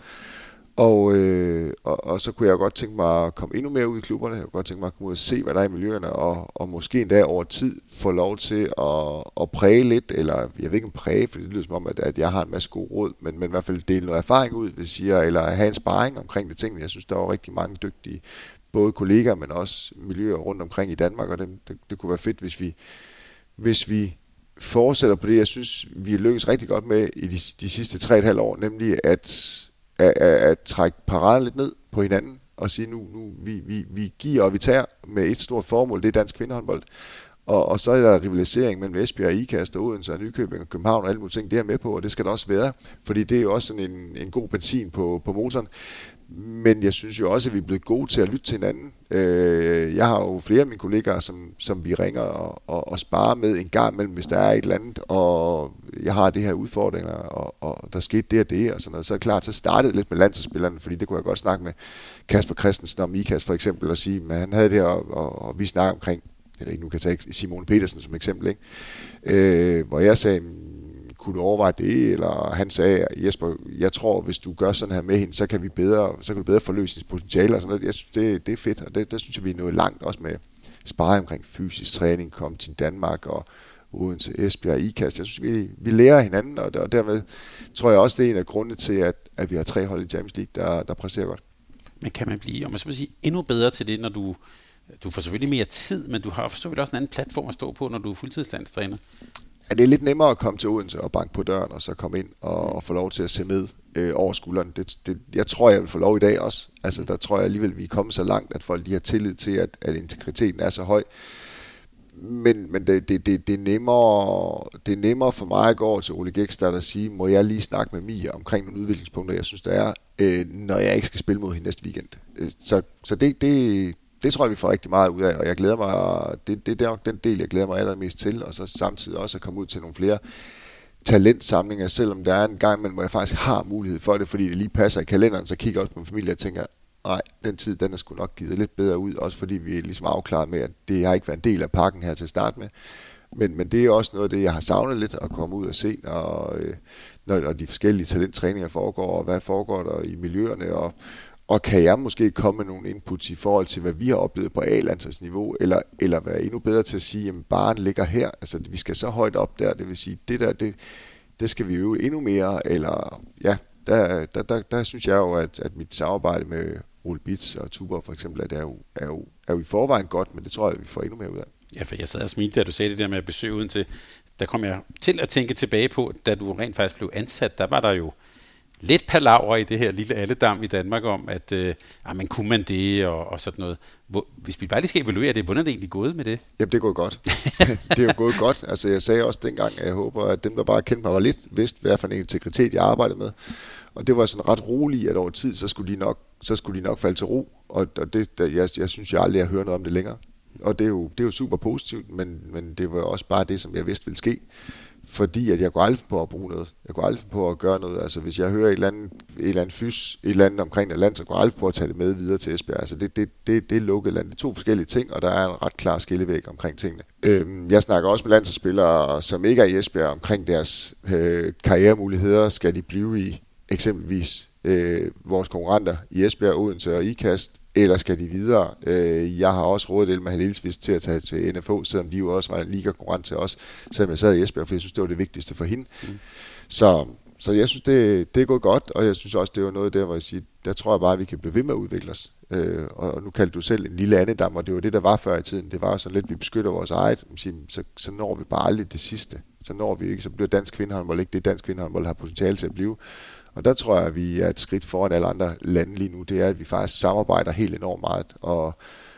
[SPEAKER 3] Og, øh, og, og så kunne jeg godt tænke mig at komme endnu mere ud i klubberne. Jeg kunne godt tænke mig at komme ud og se, hvad der er i miljøerne, og, og måske endda over tid få lov til at, at præge lidt, eller jeg ved ikke om præge, for det lyder som om, at, at jeg har en masse gode råd, men, men i hvert fald dele noget erfaring ud, hvis siger, eller have en sparring omkring det ting. Jeg synes, der var rigtig mange dygtige, både kollegaer, men også miljøer rundt omkring i Danmark, og det, det, det kunne være fedt, hvis vi, hvis vi fortsætter på det, jeg synes, vi er lykkes rigtig godt med i de, de sidste tre og et halvt år, nemlig at At, at, at trække paraden lidt ned på hinanden og sige, nu, nu vi, vi, vi giver og vi tager med et stort formål, det er dansk kvindehåndbold. Og, og så er der rivalisering mellem Esbjerg, Ikast og Odense og Nykøbing og København og alle mulige ting, det er med på, og det skal der også være, fordi det er jo også sådan en, en god benzin på, på motoren. Men jeg synes jo også, at vi er blevet gode til at lytte til hinanden. Jeg har jo flere af mine kollegaer, som, som vi ringer og, og, og sparer med en gang imellem, hvis der er et eller andet, og jeg har det her udfordringer, og, og der skete det og det, og sådan noget. Så er det klart, så startede det lidt med landsholdsspillerne, fordi det kunne jeg godt snakke med Kasper Christensen og Mikas for eksempel, og sige, at han havde det, og, og, og vi snakker omkring, jeg ved ikke, nu kan jeg tage Simone Petersen som eksempel, ikke? Øh, hvor jeg sagde, kunne du overveje det, eller han sagde, Jesper, jeg tror, hvis du gør sådan her med hende, så kan vi bedre, så kan du bedre forløse hendes potentiale og sådan noget. Jeg synes, det, det er fedt, og det, der synes jeg, vi er nået langt også med sparring omkring fysisk træning, komme til Danmark og uden til Esbjerg og Ikast. Jeg synes, vi, vi lærer hinanden, og, der, og dermed tror jeg også, det er en af grundene til, at, at vi har tre hold i Champions League, der, der præsterer godt.
[SPEAKER 2] Men kan man blive, om man så vil sige, endnu bedre til det, når du, du får selvfølgelig mere tid, men du har selvfølgelig også en anden platform at stå på, når du er fuldtidslandstræner?
[SPEAKER 3] Ja, det er lidt nemmere at komme til Odense og banke på døren, og så komme ind og, og få lov til at se med øh, over skulderen. Det, det, jeg tror, jeg vil få lov i dag også. Altså, der tror jeg alligevel, vi er kommet så langt, at folk de har tillid til, at, at integriteten er så høj. Men, men det, det, det, det, er nemmere, det er nemmere for mig at gå over til Ole Gækstad og sige, må jeg lige snakke med Mia omkring nogle udviklingspunkter, jeg synes, der er, øh, når jeg ikke skal spille mod hende næste weekend. Så, så det, det, det tror jeg, vi får rigtig meget ud af, og jeg glæder mig, det, det er nok den del, jeg glæder mig allermest til, og så samtidig også at komme ud til nogle flere talentsamlinger, selvom der er en gang, men hvor jeg faktisk har mulighed for det, fordi det lige passer i kalenderen, så kigger jeg også på min familie og tænker, nej, den tid, den er sgu nok givet lidt bedre ud, også fordi vi er ligesom afklaret med, at det har ikke været en del af pakken her til at starte med. Men, men det er også noget af det, jeg har savnet lidt, at komme ud og se, når, når, når de forskellige talenttræninger foregår, og hvad foregår der i miljøerne, og, og kan jeg måske komme med nogle inputs i forhold til, hvad vi har oplevet på A-landsholdsniveau, eller, eller være endnu bedre til at sige, at barn ligger her, altså vi skal så højt op der, det vil sige, det der, det, det skal vi øve endnu mere, eller ja, der, der, der, der synes jeg jo, at, at mit samarbejde med Ole Bitz og Tuber for eksempel, at det er jo, er, jo, er jo i forvejen godt, men det tror jeg, vi får endnu mere ud af.
[SPEAKER 2] Ja, for jeg sad og smilte, da du sagde det der med at besøge uden til. Der kom jeg til at tænke tilbage på, da du rent faktisk blev ansat, der var der jo lidt palaver i det her lille alledam i Danmark om, at øh, men kunne man det og, og sådan noget. Hvor, hvis vi bare lige skal evaluere det, hvordan er det egentlig gået med det?
[SPEAKER 3] Jamen, det er gået godt. Det er jo gået godt. Altså, jeg sagde også dengang, at jeg håber, at dem, der bare kendte mig, var lidt vidst, hvad for en integritet, jeg arbejdede med. Og det var sådan ret roligt, at over tid, så skulle de nok, så skulle de nok falde til ro. Og, og det, der, jeg, jeg synes, jeg aldrig har hørt noget om det længere. Og det er jo, det er jo super positivt, men, men det var også bare det, som jeg vidste ville ske. Fordi at jeg kunne aldrig på at bruge noget. Jeg kunne aldrig på at gøre noget. Altså hvis jeg hører et eller andet, et eller andet fys, et eller andet omkring et land, så kunne jeg aldrig på at tage det med videre til Esbjerg. Altså det, det, det, det er lukket land. Det er to forskellige ting, og der er en ret klar skillevæg omkring tingene. Øhm, jeg snakker også med landsholdsspillere, som ikke er i Esbjerg, omkring deres øh, karrieremuligheder. Skal de blive i eksempelvis øh, vores konkurrenter i Esbjerg, Odense og Ikast, eller skal de videre? Øh, jeg har også rådet Elma Halilsvist til at tage til N F H, selvom de jo også var en liga-konkurrent til os, selvom jeg sad i Esbjerg, for jeg synes, det var det vigtigste for hende. Mm. Så, så jeg synes, det, det er gået godt, og jeg synes også, det var noget der, hvor jeg siger, der tror jeg bare, at vi kan blive ved med at udvikle os. Øh, og nu kaldte du selv en lille andedam, og det var det, der var før i tiden. Det var sådan lidt, vi beskytter vores eget, så, så når vi bare aldrig det sidste. Så når vi ikke, så bliver dansk kvindehåndbold ikke det, dansk kvindehåndbold har potentiale til at blive. Og der tror jeg, at vi er et skridt foran alle andre lande lige nu. Det er, at vi faktisk samarbejder helt enormt meget. Og,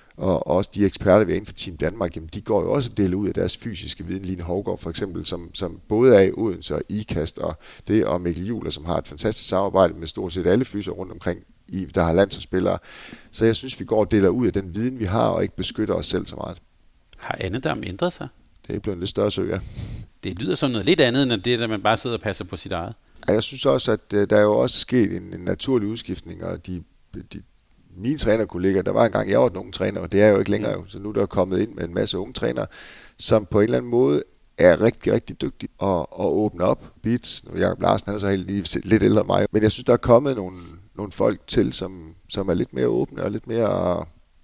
[SPEAKER 3] og også de eksperter, vi er inden for Team Danmark, jamen, de går jo også og deler ud af deres fysiske viden. Line Hovgaard for eksempel, som, som både er i Odense og IKAST, og det og Mikkel Juler, som har et fantastisk samarbejde med stort set alle fyser rundt omkring, i, der har landsholdsspillere. Så jeg synes, vi går og deler ud af den viden, vi har, og ikke beskytter os selv så meget.
[SPEAKER 2] Har Annedam ændret sig?
[SPEAKER 3] Det er blevet en lidt større sø, ja.
[SPEAKER 2] Det lyder som noget lidt andet, end det, at man bare sidder og passer på sit eget.
[SPEAKER 3] Ja, jeg synes også, at uh, der er jo også sket en, en naturlig udskiftning, og de, de, mine trænerkolleger, der var engang, jeg var den unge træner, og det er jo ikke længere, jo, så nu er der kommet ind med en masse unge trænere, som på en eller anden måde er rigtig, rigtig dygtige og, og åbne op. Beats, nu Jacob Larsen, han er så helt lige, lidt ældre end mig, men jeg synes, der er kommet nogle, nogle folk til, som, som er lidt mere åbne og lidt mere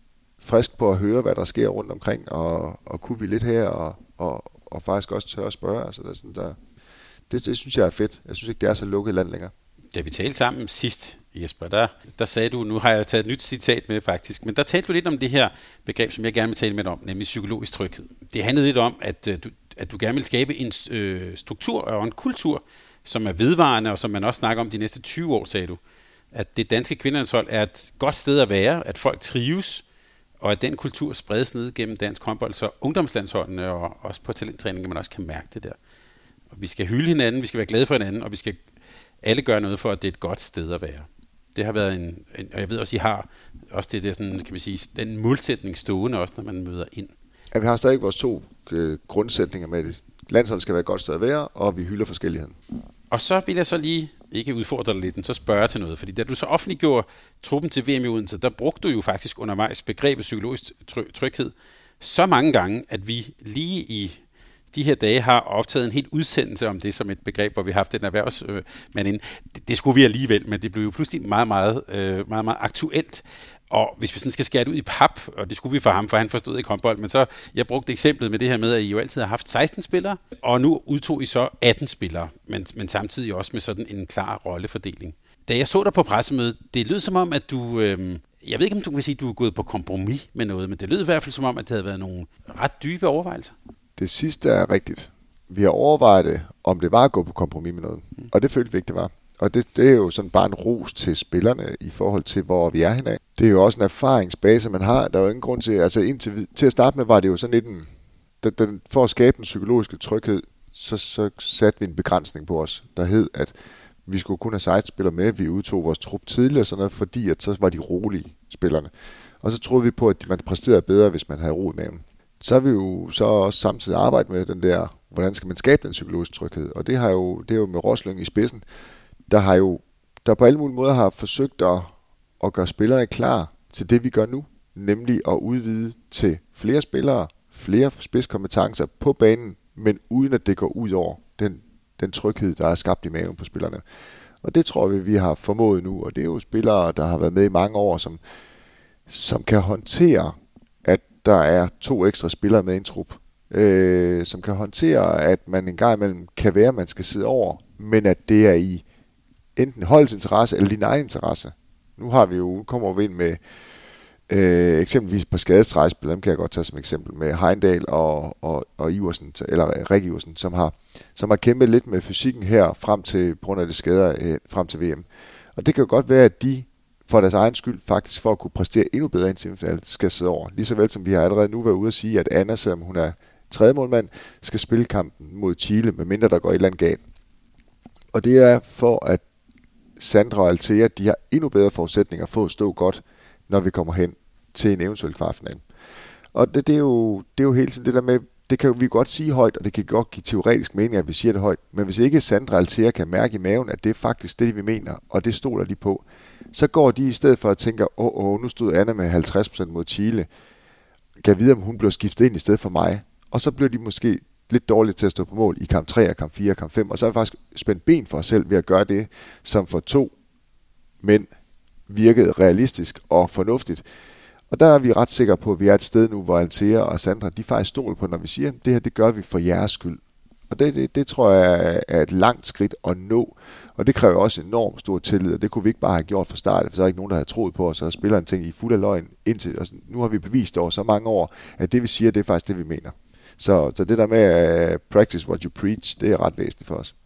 [SPEAKER 3] frisk på at høre, hvad der sker rundt omkring, og, og kunne vi lidt her, og, og, og faktisk også tør at spørge. Altså, der er sådan, der, det, det synes jeg er fedt. Jeg synes ikke, det er så lukket land længere.
[SPEAKER 2] Da vi talte sammen sidst, Jesper, der, der sagde du, nu har jeg taget et nyt citat med faktisk, men der talte du lidt om det her begreb, som jeg gerne vil tale med dig om, nemlig psykologisk tryghed. Det handlede lidt om, at du, at du gerne vil skabe en øh, struktur og en kultur, som er vedvarende, og som man også snakker om de næste tyve år, sagde du. At det danske kvindelandshold er et godt sted at være, at folk trives, og at den kultur spredes ned gennem dansk håndbold, så ungdomslandsholdene og også på talenttræning, man også kan mærke det der. Og vi skal hylde hinanden, vi skal være glade for hinanden, og vi skal alle gøre noget for, at det er et godt sted at være. Det har været en, en og jeg ved også, I har også det der sådan, kan man sige, den målsætning stående også, når man møder ind.
[SPEAKER 3] Ja, vi har stadig vores to øh, grundsætninger med det. Landsholdet skal være et godt sted at være, og vi hylder forskelligheden.
[SPEAKER 2] Og så vil jeg så lige, ikke udfordre dig lidt, men så spørge til noget. Fordi da du så offentliggjorde truppen til V M i Odense, der brugte du jo faktisk undervejs begrebet psykologisk tryghed så mange gange, at vi lige i de her dage har optaget en helt udsendelse om det som et begreb, hvor vi har haft en erhvervsmand ind. Det, det skulle vi alligevel, men det blev jo pludselig meget, meget, øh, meget, meget aktuelt. Og hvis vi sådan skal skære det ud i pap, og det skulle vi for ham, for han forstod ikke håndbold, men så, jeg brugte eksemplet med det her med, at I jo altid har haft seksten spillere, og nu udtog I så atten spillere, men, men samtidig også med sådan en klar rollefordeling. Da jeg så dig på pressemødet, det lød som om, at du, øh, jeg ved ikke om du kan sige, at du er gået på kompromis med noget, men det lød i hvert fald som om, at det havde været nogle ret dybe overvejelser.
[SPEAKER 3] Det sidste er rigtigt. Vi har overvejet det, om det var at gå på kompromis med noget, mm. og det følte vi ikke, det var. Og det, det er jo sådan bare en ros til spillerne i forhold til, hvor vi er henad. Det er jo også en erfaringsbase, man har. Der er jo ingen grund til, altså indtil, til at starte med var det jo sådan lidt en, den, den, for at skabe en psykologisk tryghed, så, så satte vi en begrænsning på os, der hed, at vi skulle kun have seksten spillere med. Vi udtog vores trup tidligere, sådan noget, fordi at så var de rolige spillerne. Og så troede vi på, at man præsterede bedre, hvis man havde ro i maven. Så har vi jo så også samtidig arbejdet med den der, hvordan skal man skabe den psykologiske tryghed. Og det har jo, det er jo med Roslund i spidsen, der har jo, der på alle mulige måder har forsøgt at, at gøre spillerne klar til det, vi gør nu. Nemlig at udvide til flere spillere, flere spidskompetencer på banen, men uden at det går ud over den, den tryghed, der er skabt i maven på spillerne. Og det tror vi, vi har formået nu. Og det er jo spillere, der har været med i mange år, som, som kan håndtere, at der er to ekstra spillere med i en trup. Øh, som kan håndtere, at man en gang imellem kan være, at man skal sidde over, men at det er i enten holdets interesse eller din egen interesse. Nu har vi jo, kommer vi ind med øh, eksempelvis på skadestrækspil, dem kan jeg godt tage som eksempel, med Heindal og, og, og Iversen, eller Rik Iversen, som har, som har kæmpet lidt med fysikken her frem til, på grund af det skader, øh, frem til V M. Og det kan jo godt være, at de for deres egen skyld faktisk for at kunne præstere endnu bedre end semifinal skal sidde over. Ligeså vel som vi har allerede nu været ude at sige, at Anna, selvom hun er tredje målmand, skal spille kampen mod Chile, medmindre der går et eller andet galt. Og det er for, at Sandra og Althea, de har endnu bedre forudsætninger for at stå godt, når vi kommer hen til en eventuel kvartfinal. Og det, det, er jo, det er jo hele tiden det der med, det kan vi godt sige højt, og det kan godt give teoretisk mening, at vi siger det højt, men hvis ikke Sandra og Althea kan mærke i maven, at det er faktisk det, vi mener, og det stoler de på, så går de i stedet for at tænke, åh, oh, oh, nu stod Anna med halvtreds procent mod Chile, kan vide, om hun blev skiftet ind i stedet for mig, og så bliver de måske lidt dårligt til at stå på mål i kamp tre, kamp fire, kamp fem, og så er vi faktisk spændt ben for os selv ved at gøre det, som for to mænd virkede realistisk og fornuftigt. Og der er vi ret sikre på, at vi er et sted nu, hvor Althea og Sandra, de faktisk stoler på, når vi siger, det her, det gør vi for jeres skyld. Og det, det, det tror jeg er et langt skridt at nå, og det kræver også enormt stor tillid, og det kunne vi ikke bare have gjort fra start, for så er ikke nogen, der havde troet på os, og spiller en ting i fuld af løgn indtil, og nu har vi bevist over så mange år, at det vi siger, det er faktisk det, vi mener. Så, så det der med uh, practice what you preach, det er ret væsentligt for os.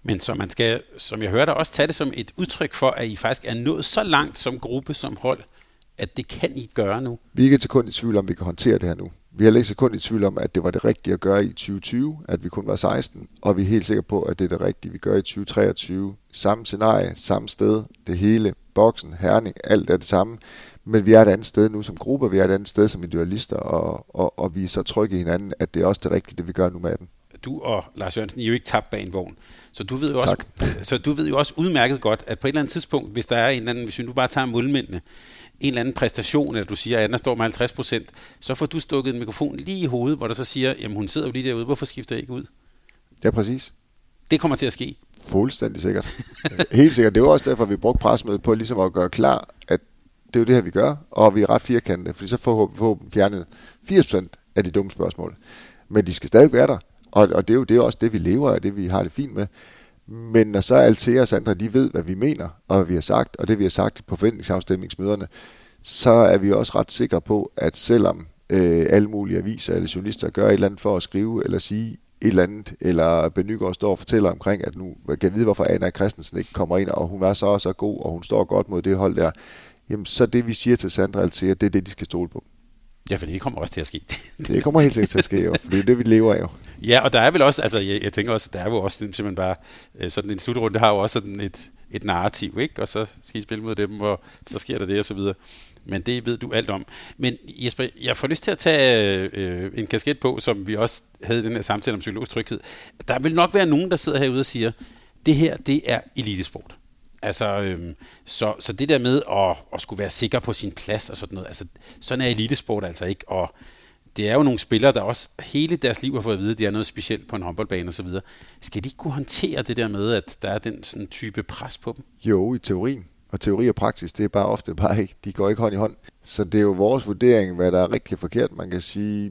[SPEAKER 2] Men så man skal, som jeg hørte, også tage det som et udtryk for, at I faktisk er nået så langt som gruppe, som hold, at det kan I gøre nu.
[SPEAKER 3] Vi er ikke et sekund i tvivl om, vi kan håndtere det her nu. Vi er heller ikke et sekund i tvivl om, at det var det rigtige at gøre i tyve tyve, at vi kun var seksten, og vi er helt sikre på, at det er det rigtige, vi gør i tyve treogtyve. Samme scenarie, samme sted, det hele, boksen, Herning, alt er det samme. Men vi er et andet sted nu som gruppe, vi er et andet sted som individualister, og, og, og vi er så trygge i hinanden, at det er også det rigtige, det vi gør nu med den.
[SPEAKER 2] Du og Lars Jørgensen, I er jo ikke tabt bag en vogn. Så du ved jo også, så du ved jo også udmærket godt, at på et eller andet tidspunkt, hvis der er en eller anden, hvis vi nu bare tager målmændene, en eller anden præstation, eller du siger, at den står med halvtreds procent, så får du stukket en mikrofon lige i hovedet, hvor der så siger, jamen hun sidder jo lige derude, hvorfor skifter jeg ikke ud?
[SPEAKER 3] Ja, præcis.
[SPEAKER 2] Det kommer til at ske.
[SPEAKER 3] Fuldstændig sikkert. Helt sikkert. Det er jo også derfor, vi brugte pressemødet på ligesom at gøre klar, at det er jo det her, vi gør, og vi er ret firkantede, fordi så får vi forhåbentlig fjernet firs procent af de dumme spørgsmål. Men de skal stadig være der, og, og det er jo det er også det, vi lever af, det vi har det fint med. Men når så Altea og Sandra, de ved, hvad vi mener, og hvad vi har sagt, og det vi har sagt på forventningsafstemningsmøderne, så er vi også ret sikre på, at selvom øh, alle mulige aviser eller journalister gør et eller andet for at skrive eller sige et eller andet, eller Bennygaard står og fortæller omkring, at nu kan jeg vide, hvorfor Anna Christensen ikke kommer ind, og hun er så og så god, og hun står godt mod det hold der, jamen så det vi siger til Sandra og Altea, det er det, de skal stole på.
[SPEAKER 2] Ja, for det kommer også til at ske.
[SPEAKER 3] Det kommer helt sikkert til at ske, jo, for det er det, vi lever af jo.
[SPEAKER 2] Ja, og der er vel også, altså jeg, jeg tænker også, der er jo også simpelthen bare, sådan en slutrunde har jo også sådan et, et narrativ, ikke? Og så skal I spille mod dem, og så sker der det og så videre. Men det ved du alt om. Men Jesper, jeg får lyst til at tage øh, en kasket på, som vi også havde den her samtale om psykologisk tryghed. Der vil nok være nogen, der sidder herude og siger, det her, det er elitesport. Altså, øhm, så, så det der med at, at skulle være sikker på sin plads og sådan noget, altså, sådan er elitesport altså ikke. Og det er jo nogle spillere, der også hele deres liv har fået at vide, at de er noget specielt på en håndboldbane og så videre. Skal de ikke kunne håndtere det der med, at der er den sådan type pres på dem?
[SPEAKER 3] Jo, i teorien. Og teori og praksis, det er bare ofte bare ikke, de går ikke hånd i hånd. Så det er jo vores vurdering, hvad der er rigtig forkert. Man kan sige,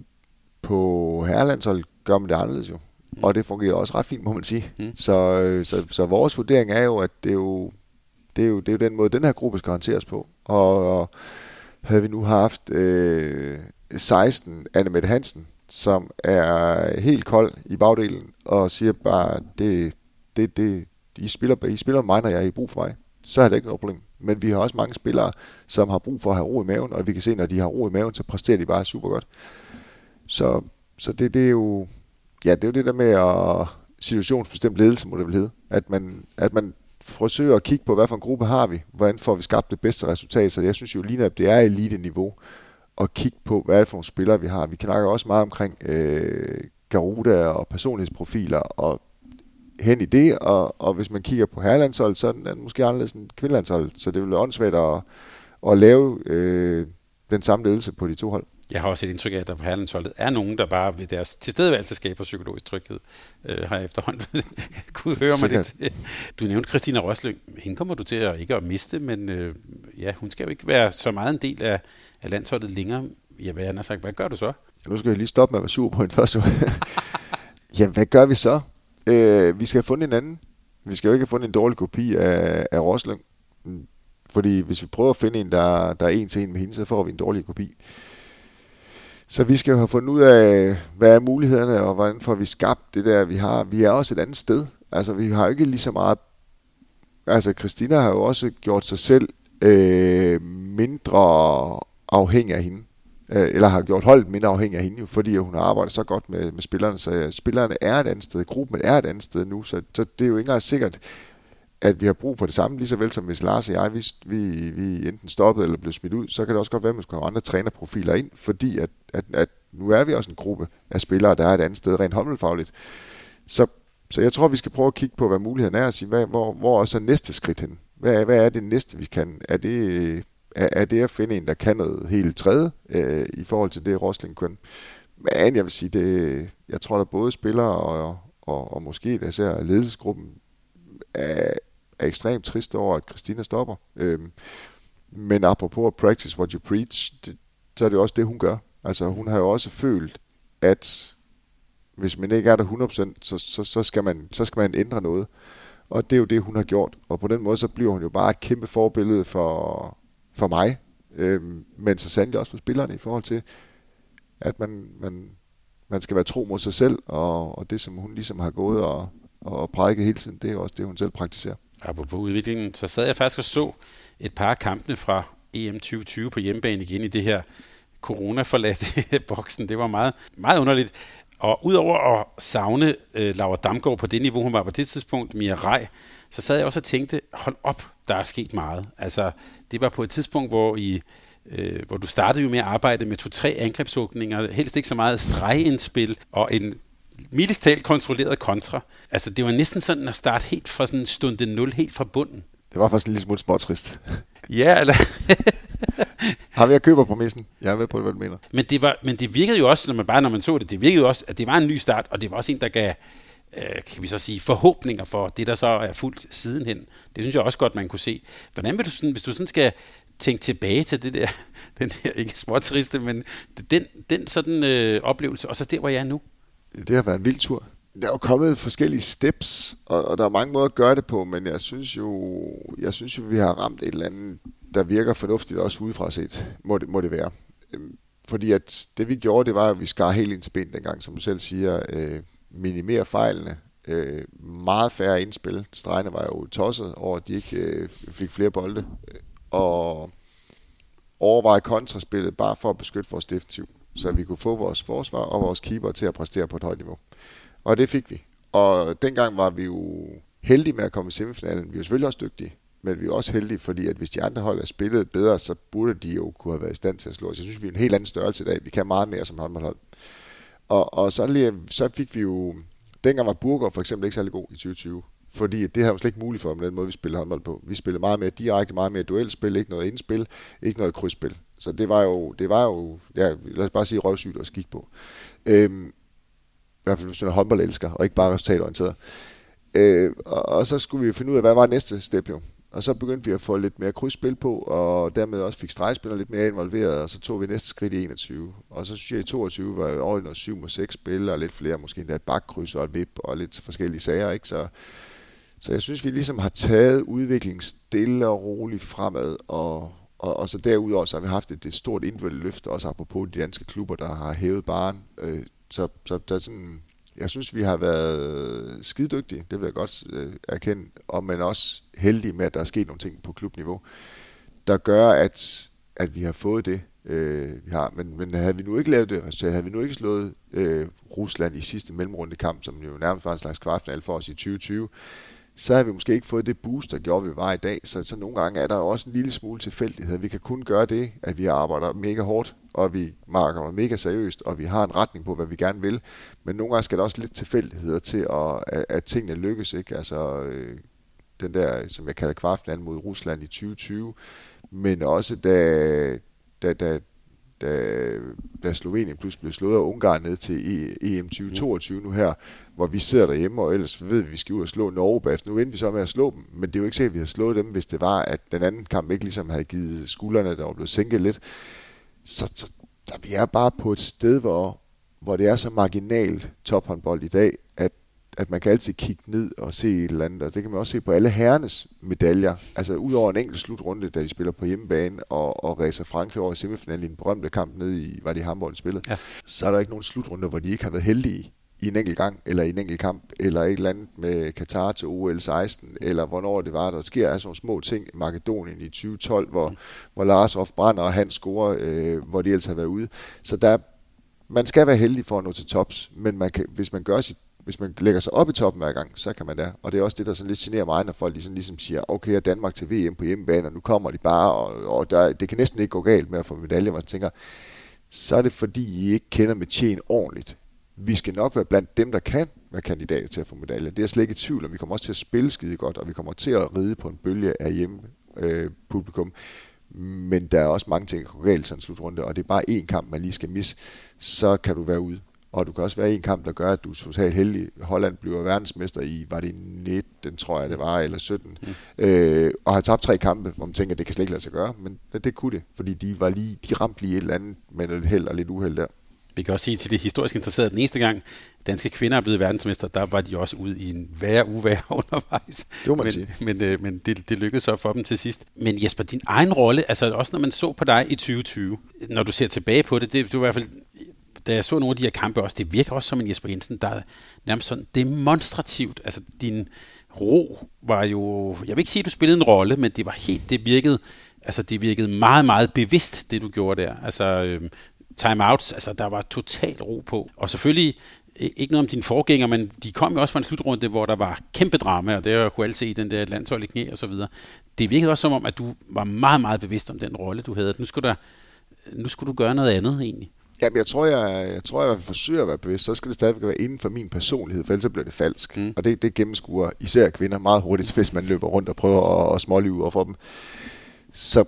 [SPEAKER 3] på herrelandshold gør man det anderledes jo. Mm. Og det fungerer også ret fint, må man sige. Mm. Så, så, så vores vurdering er jo, at det er jo, det er jo, det er jo den måde, den her gruppe skal håndteres på. Og, og havde vi nu haft øh, seksten Anne-Mette Hansen, som er helt kold i bagdelen, og siger bare, det, det, det, I spiller, I spiller mig, når jeg er i brug for mig. Så er det ikke noget problem. Men vi har også mange spillere, som har brug for at have ro i maven, og vi kan se, når de har ro i maven, så præsterer de bare super godt. Så, så det, det er jo, ja, det er jo det der med at situationsbestemt ledelse, må det vel hedde. At man, at man forsøger at kigge på, hvad for en gruppe har vi, hvordan får vi skabt det bedste resultat. Så jeg synes jo lige, at det er elite-niveau at kigge på, hvad er det for nogle spillere, vi har. Vi snakker også meget omkring øh, Garuda og personlighedsprofiler og hen i det, og, og hvis man kigger på herrelandshold, så er den måske anderledes end kvindelandshold, så det vil være åndssvagt at, at lave øh, den samme ledelse på de to hold.
[SPEAKER 2] Jeg har også et indtryk af, at der på herrelandsholdet er nogen, der bare ved deres tilstedeværelse skaber psykologisk tryghed, øh, har efterhånden kunne høre mig det til. Du nævnte Christina Røslyng. Hende kommer du til at ikke at miste, men øh, ja, hun skal jo ikke være så meget en del af, af landsholdet længere. Ja, hvad han har sagt, hvad gør du så?
[SPEAKER 3] Ja, nu skal jeg lige stoppe med at være sur på hende først. Ja, hvad gør vi så? Øh, vi skal have fundet en anden. Vi skal jo ikke have fundet en dårlig kopi af, af Røslyng. Fordi hvis vi prøver at finde en, der, der er en til en med hende, så får vi en dårlig kopi. Så vi skal jo have fundet ud af, hvad er mulighederne, og hvordan får vi skabt det der, vi har. Vi er også et andet sted. Altså, vi har jo ikke lige så meget. Altså, Christina har jo også gjort sig selv øh, mindre afhængig af hende. Eller har gjort holdet mindre afhængig af hende, jo, fordi hun har arbejdet så godt med, med spillerne. Så spillerne er et andet sted, gruppen er et andet sted nu, så, så det er jo ikke engang sikkert, at vi har brug for det samme, lige så vel som hvis Lars og jeg, vi, vi, vi enten stoppede eller blev smidt ud, så kan det også godt være, at man skal have andre trænerprofiler ind, fordi at, at, at nu er vi også en gruppe af spillere, der er et andet sted rent håndboldfagligt. Så, så jeg tror, vi skal prøve at kigge på, hvad muligheden er, og sige, hvad, hvor, hvor er så næste skridt hen? Hvad, hvad er det næste, vi kan? Er det... er det at finde en, der kan noget helt tredje øh, i forhold til det, Røslyng kun. Men jeg vil sige, det, jeg tror, der både spillere og, og, og måske især ledelsesgruppen er, er ekstremt trist over, at Christina stopper. Øhm, men apropos at practice what you preach, det, så er det også det, hun gør. Altså, hun har jo også følt, at hvis man ikke er der hundrede procent, så, så, så, skal man, så skal man ændre noget. Og det er jo det, hun har gjort. Og på den måde, så bliver hun jo bare et kæmpe forbillede for... for mig, øh, men så sandelig også for spillerne i forhold til, at man, man, man skal være tro mod sig selv, og, og det som hun ligesom har gået og, og prædike hele tiden. Det er også det, hun selv praktiserer.
[SPEAKER 2] Apropos udviklingen, så sad jeg faktisk og så et par af kampene fra E M tyve tyve på hjemmebane igen i det her corona-forladte boksen. Det var meget, meget underligt. Og udover at savne øh, Laura Damgaard på det niveau, hun var på det tidspunkt, Mia Rej, så sad jeg også og tænkte, hold op, der er sket meget. Altså, det var på et tidspunkt, hvor I øh, hvor du startede jo med at arbejde med to-tre angrebsåbninger, helst ikke så meget stregindspil og en mildest talt kontrolleret kontra. Altså, det var næsten sådan at starte helt fra sådan en stunde nul, helt fra bunden.
[SPEAKER 3] Det var faktisk en lille smule småtrist.
[SPEAKER 2] Ja, eller...
[SPEAKER 3] Har vi at købe præmissen? Jeg er med på, hvad du mener.
[SPEAKER 2] Men det, var, men det virkede jo også, når man bare når man så det, det virkede jo også, at det var en ny start, og det var også en, der gav, øh, kan vi så sige, forhåbninger for det, der så er fuldt sidenhen. Det synes jeg også godt, man kunne se. Hvordan vil du sådan, hvis du sådan skal tænke tilbage til det der, den her, ikke småtriste, men den, den sådan øh, oplevelse, og så der, hvor jeg er nu?
[SPEAKER 3] Det har været en vild tur. Der er jo kommet forskellige steps, og, og der er mange måder at gøre det på, men jeg synes jo, jeg synes jo, vi har ramt et eller andet, der virker fornuftigt også udefra set, må det, må det være. Fordi at det vi gjorde, det var, at vi skar helt ind til benet dengang, som du selv siger, øh, minimere fejlene, øh, meget færre indspil. Stregene var jo tosset over, at de ikke øh, fik flere bolde, og overveje kontraspillet bare for at beskytte vores defensiv, så vi kunne få vores forsvar og vores keeper til at præstere på et højt niveau. Og det fik vi. Og dengang var vi jo heldige med at komme i semifinalen. Vi var selvfølgelig også dygtige, men vi er også heldige, fordi at hvis de andre hold havde spillet bedre, så burde de jo kunne have været i stand til at slå os. Jeg synes, vi er en helt anden størrelse i dag. Vi kan meget mere som håndboldhold. Og, og så, lige, så fik vi jo... Dengang var Burger for eksempel ikke særlig god i tyve tyve, fordi det her var slet ikke muligt for med den måde, vi spillede håndbold på. Vi spillede meget mere direkte, meget mere duelspil, ikke noget indspil, ikke noget krydsspil. Så det var jo, det var jo ja, lad os bare sige røvsygt at kigge på. Øhm, I hvert fald hvis man er håndboldelsker, og ikke bare resultatorienteret. Øh, og, og så skulle vi finde ud af, hvad var næste step jo. Og så begyndte vi at få lidt mere krydsspil på, og dermed også fik stregspillere lidt mere involveret, og så tog vi næste skridt i enogtyve. Og så synes jeg, i toogtyve var over i noget syv mod seks spil, og lidt flere, måske endda et bakkryds og et vip, og lidt forskellige sager, ikke? Så, så jeg synes, vi ligesom har taget udviklingen stille og roligt fremad, og, og, og så derudover så har vi haft et, et stort individuelt løft, også apropos de danske klubber, der har hævet barren. Øh, så, så der er sådan... Jeg synes, vi har været skidedygtige, det vil jeg godt øh, erkende, og men også heldige med, at der er sket nogle ting på klubniveau, der gør, at, at vi har fået det, øh, vi har. Men, men havde vi nu ikke lavet det resultat, havde vi nu ikke slået øh, Rusland i sidste mellemrundekamp, som jo nærmest var en slags kvartfinale for os i tyve tyve, så havde vi måske ikke fået det boost, der gjorde, vi var i dag. Så, så nogle gange er der også en lille smule tilfældighed. Vi kan kun gøre det, at vi arbejder mega hårdt, og vi markerer mega seriøst, og vi har en retning på, hvad vi gerne vil. Men nogle gange skal der også lidt tilfældigheder til, at, at, at tingene lykkes. Ikke? Altså øh, den der, som jeg kalder kvartfinale mod Rusland i tyve tyve, men også da, da, da, da, da Slovenien pludselig blev slået af Ungarn ned til E M tyve toogtyve nu her, hvor vi sidder derhjemme, og ellers ved vi, at vi skal ud og slå Norge bagefter. Nu endte vi så med at slå dem, men det er jo ikke sikkert, at vi har slået dem, hvis det var, at den anden kamp ikke ligesom havde givet skuldrene, der var blevet sænket lidt. Så, så der, vi er bare på et sted, hvor, hvor det er så marginalt tophåndbold i dag, at, at man kan altid kigge ned og se et eller andet, og det kan man også se på alle herrenes medaljer. Altså udover en enkelt slutrunde, da de spiller på hjemmebane, og, og ræser Frankrig over i semifinalen i en berømte kamp nede i, var det i Hamburg, de spillede, ja. Så er der ikke nogen slutrunde, hvor de ikke har været heldige i en enkelt gang, eller i en enkelt kamp, eller et eller andet med Katar til O L seksten, eller hvornår det var, der sker altså nogle små ting i Makedonien i tyve tolv, hvor, mm. hvor Larsov brænder, og han scorer, øh, hvor de ellers har været ude. Så der, man skal være heldig for at nå til tops, men man kan, hvis man gør sit, hvis man lægger sig op i toppen hver gang, så kan man der. Og det er også det, der sådan lidt generer mig, når folk ligesom, ligesom siger, okay, Danmark til V M på hjemmebane, og nu kommer de bare, og, og der, det kan næsten ikke gå galt med at få medaljer, hvor man tænker, så er det fordi, I ikke kender metieren ordentligt. Vi skal nok være blandt dem, der kan være kandidater til at få medaljer. Det er slet ikke i tvivl om. Vi kommer også til at spille skide godt, og vi kommer til at ride på en bølge af hjemme øh, publikum. Men der er også mange ting, der går galt sådan en slutrunde, og det er bare én kamp, man lige skal misse. Så kan du være ude. Og du kan også være en kamp, der gør, at du er totalt heldig. Holland bliver verdensmester i, var det nitten, tror jeg det var, eller sytten. Mm. Øh, og har tabt tre kampe, hvor man tænker, at det kan slet ikke lade sig gøre. Men det, det kunne det, fordi de, var lige, de ramte lige et eller andet med lidt held og lidt uheld der.
[SPEAKER 2] Vi kan også sige til det historisk interesserede, den eneste gang danske kvinder er blevet verdensmester, der var de også ude i en værre uværre undervejs.
[SPEAKER 3] Det må man
[SPEAKER 2] men,
[SPEAKER 3] sige.
[SPEAKER 2] Men, øh, men det, det lykkedes så for dem til sidst. Men Jesper, din egen rolle, altså også når man så på dig i tyve tyve, når du ser tilbage på det, det du i hvert fald, da jeg så nogle af de her kampe også, det virker også som en Jesper Jensen, der er nærmest sådan demonstrativt. Altså din ro var jo, jeg vil ikke sige, at du spillede en rolle, men det var helt, det virkede, altså det virkede meget, meget bevidst, det du gjorde der. Altså øhm, timeouts, altså der var total ro på. Og selvfølgelig ikke noget om dine forgænger, men de kom jo også fra en slutrunde, hvor der var kæmpe drama, og det har jeg kunne alle se i den der landshold i knæ og så videre. Det virkede også som om, at du var meget, meget bevidst om den rolle, du havde. Nu skulle, der, nu skulle du gøre noget andet egentlig.
[SPEAKER 3] Ja, jeg tror, jeg, jeg tror, jeg forsøger at være bevidst, så skal det stadigvæk være inden for min personlighed, for ellers bliver det falsk. Mm. Og det, det gennemskuer især kvinder meget hurtigt, hvis man løber rundt og prøver at, at smålyve over for dem. Så,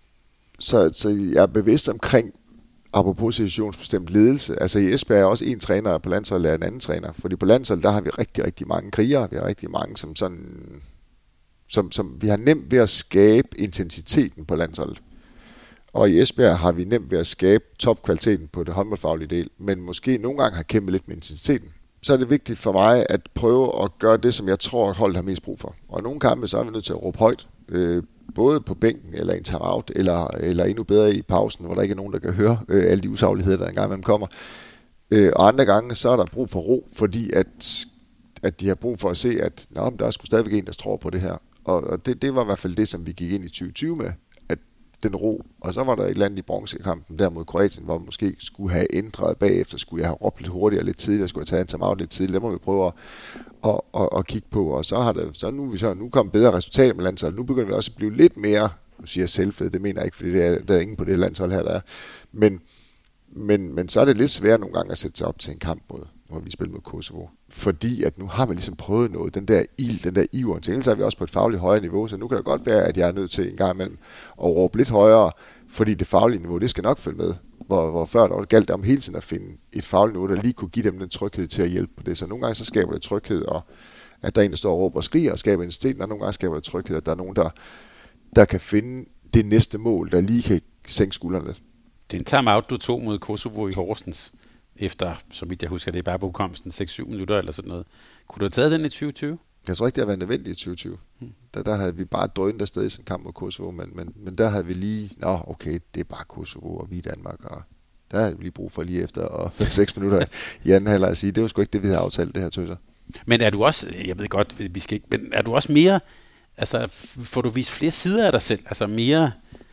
[SPEAKER 3] så, så jeg er bevidst omkring, apropos situationsbestemt ledelse. Altså i Esbjerg er også en træner, og på landsholdet er en anden træner. Fordi på landsholdet, der har vi rigtig, rigtig mange krigere. Vi har rigtig mange, som sådan, som, som vi har nemt ved at skabe intensiteten på landsholdet. Og i Esbjerg har vi nemt ved at skabe topkvaliteten på det håndboldfaglige del, men måske nogle gange har kæmpet lidt med intensiteten. Så er det vigtigt for mig at prøve at gøre det, som jeg tror, holdet har mest brug for. Og nogle kampe, så er vi nødt til at råbe højt, øh, både på bænken eller i en timeout, eller, eller endnu bedre i pausen, hvor der ikke er nogen, der kan høre øh, alle de usagligheder, der engang imellem kommer. Øh, og andre gange, så er der brug for ro, fordi at, at de har brug for at se, at nå, der er sgu stadigvæk en, der tror på det her. Og, og det, det var i hvert fald det, som vi gik ind i tyve tyve med, den ro, og så var der et eller andet i bronzekampen der mod Kroatien, hvor man måske skulle have ændret bagefter, skulle jeg have råbt lidt hurtigere, lidt tidligere, skulle jeg tage en timeout lidt tidligere, det må vi prøve at, at, at, at kigge på, og så har det, så nu er vi så, nu kommet bedre resultater med landsholdet, nu begynder vi også at blive lidt mere, nu siger jeg selvfed, det mener jeg ikke, fordi det er, der er ingen på det landshold her, der er, men, men, men så er det lidt svært nogle gange at sætte sig op til en kamp mod, nu har vi spillet mod Kosovo, fordi at nu har man ligesom prøvet noget, den der ild, den der iver, til ellers er vi også på et fagligt højere niveau, så nu kan det godt være, at jeg er nødt til en gang imellem at råbe lidt højere, fordi det faglige niveau, det skal nok følge med, hvor, hvor før der var galt om hele tiden at finde et fagligt niveau, der lige kunne give dem den tryghed til at hjælpe på det, så nogle gange så skaber det tryghed, og at der er en, der står og råber og skriger og skaber intensiteten, og nogle gange skaber det tryghed, at der er nogen, der, der kan finde det næste mål, der lige kan sænke skuldrene lidt.
[SPEAKER 2] Det er en timeout, du tog mod Kosovo i Horsens, efter, så vidt jeg husker, det er bare på hukommelsen, seks syv minutter eller sådan noget. Kunne du have taget den i tyve tyve?
[SPEAKER 3] Jeg tror ikke, det har været nødvendigt i tyve tyve. Hmm. Der, der havde vi bare drønet afsted i sådan en kamp mod Kosovo, men, men, men der havde vi lige, nå okay, det er bare Kosovo og vi i Danmark, og der havde vi lige brug for lige efter fem seks minutter i anden halvleg at sige, det var sgu ikke det, vi havde aftalt, det her tøser.
[SPEAKER 2] Men er du også, jeg ved godt, vi skal ikke, men er du også mere, altså får du vist flere sider af dig selv, altså mere,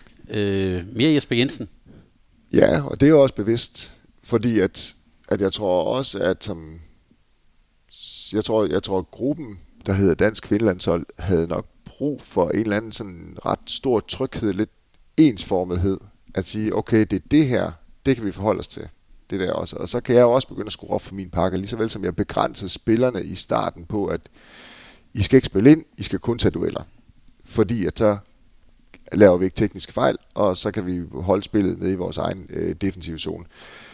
[SPEAKER 2] øh, mere Jesper Jensen?
[SPEAKER 3] Ja, og det er jo også bevidst, fordi at, at jeg tror også, at som, jeg tror, jeg tror, at gruppen, der hedder Dansk Kvindelandshold, havde nok brug for en eller anden sådan ret stor tryghed, lidt ensformethed, at sige, okay, det er det her, det kan vi forholde os til, det der også. Og så kan jeg jo også begynde at skrue op for min pakke, lige så vel som jeg begrænsede spillerne i starten på, at I skal ikke spille ind, I skal kun tage dueller. Fordi at så laver vi ikke tekniske fejl, og så kan vi holde spillet nede i vores egen øh, defensive zone.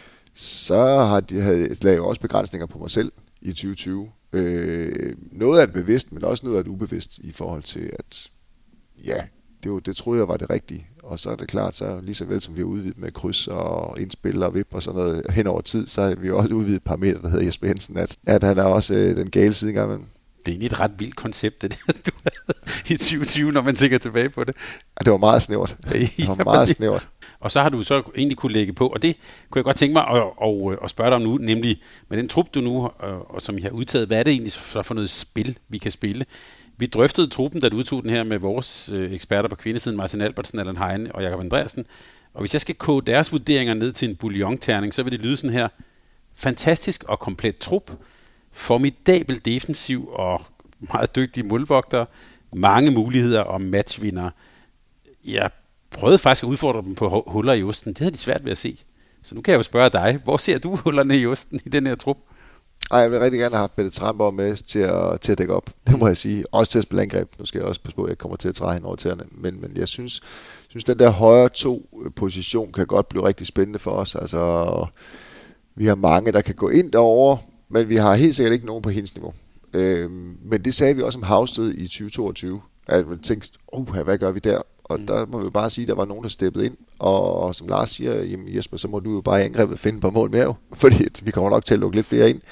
[SPEAKER 3] Så har de havde, lavet også begrænsninger på mig selv i tyve tyve. Øh, noget af det bevidst, men også noget af det ubevidst i forhold til, at ja, det, var, det troede jeg var det rigtige. Og så er det klart, så lige så vel som vi har udvidet med kryds og indspil og vip og sådan noget hen over tid, så har vi også udvidet et par meter, der hedder Jesper Jensen, at, at han er også øh, den gale side engang imellem.
[SPEAKER 2] Det er egentlig et ret vildt koncept, det der, du havde i tyve tyve, når man tænker tilbage på det.
[SPEAKER 3] Ja, det var meget snævert. Det var ja, meget snævert.
[SPEAKER 2] Og så har du så egentlig kunne lægge på, og det kunne jeg godt tænke mig at, at, at spørge dig om nu, nemlig med den trup, du nu, og, og som I har udtaget, hvad er det egentlig for, for noget spil, vi kan spille? Vi drøftede truppen, da du udtog den her med vores øh, eksperter på kvindesiden, Martin Albertsen, Allan Heine og Jakob Andreasen. Og hvis jeg skal koge deres vurderinger ned til en bouillon-terning, så vil det lyde sådan her: fantastisk og komplet trup, formidabel defensiv og meget dygtige målvogtere, mange muligheder og matchvinder. Jeg prøvede faktisk at udfordre dem på huller i osten. Det havde de svært ved at se. Så nu kan jeg jo spørge dig, hvor ser du hullerne i osten i den her trup?
[SPEAKER 3] Ej, jeg vil rigtig gerne have haft Mette Tramborg med til at, til at dække op. Det må jeg sige. Også til at spille angreb. Nu skal jeg også passe på, at jeg kommer til at træde hende over tæerne. Men, men jeg synes, synes, den der højre to-position kan godt blive rigtig spændende for os. Altså, vi har mange, der kan gå ind derover, men vi har helt sikkert ikke nogen på hendes niveau. Øhm, men det sagde vi også om Havsted i tyve toogtyve. At vi tænkte, uh, hvad gør vi der? Og mm. der må vi bare sige, at der var nogen, der steppede ind. Og, og som Lars siger, jamen Jesper, så må du jo bare i angrebet finde et par mål mere jo. Fordi vi kommer nok til at lukke lidt flere ind.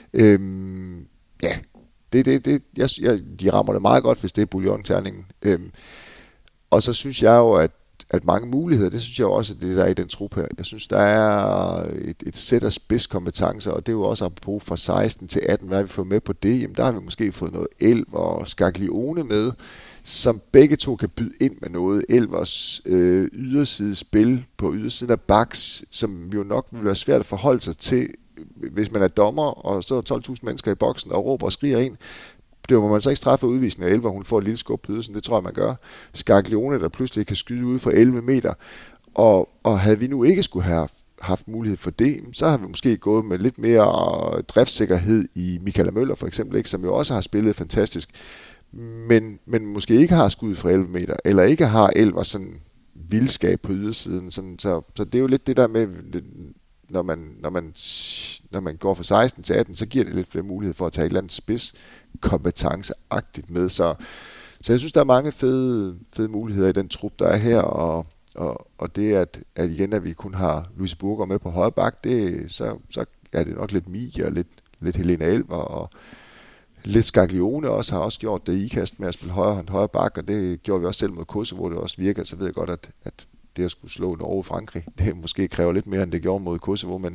[SPEAKER 3] Øhm, ja, det, det, det, jeg, jeg, de rammer det meget godt, hvis det er bouillon-terningen. Øhm, og så synes jeg jo, at, at mange muligheder, det synes jeg også, at det der er i den trup her. Jeg synes, der er et, et sæt af spidskompetencer, og det er jo også apropos fra seksten til atten, hvad har vi fået med på det? Jamen, der har vi måske fået noget Elver og Scaglione med, som begge to kan byde ind med noget. Elvers øh, ydersidespil på ydersiden af baks, som jo nok vil være svært at forholde sig til, hvis man er dommer, og der står tolv tusind mennesker i boksen og råber og skriger ind. Det må man så ikke straffe udvisning af Elver, hun får et lille skub på ydelsen, det tror jeg, man gør. Scaglione, der pludselig kan skyde ud fra elleve meter, og, og havde vi nu ikke skulle have haft mulighed for det, så har vi måske gået med lidt mere driftssikkerhed i Michaela Møller for eksempel, ikke, som jo også har spillet fantastisk, men, men måske ikke har skudt fra elleve meter, eller ikke har Elver sådan vildskab på ydersiden. Sådan, så, så det er jo lidt det der med, når man, når man, når man går fra seksten til atten, så giver det lidt flere muligheder for at tage et eller andet spids kompetenceagtigt med. Så, så jeg synes, der er mange fede, fede muligheder i den trup, der er her, og, og, og det, at, at igen, at vi kun har Louise Burger med på højre bak, det, så, så er det nok lidt Mie og lidt, lidt Helena Elver, og lidt Scaglione også har også gjort det i ikast med at spille højre hånd, højre bak, og det gjorde vi også selv mod Kosovo, hvor det også virker, så ved jeg godt, at, at det at skulle slå Norge og Frankrig, det måske kræver lidt mere, end det gjorde mod Kosovo, men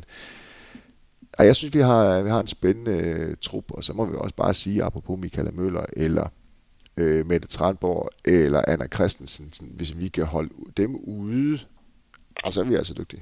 [SPEAKER 3] ej, jeg synes, vi har, vi har en spændende uh, trup, og så må vi også bare sige, apropos Michaela Møller, eller uh, Mette Tranborg, eller Anna Christensen, sådan, hvis vi kan holde dem ude, og så er vi altså dygtige.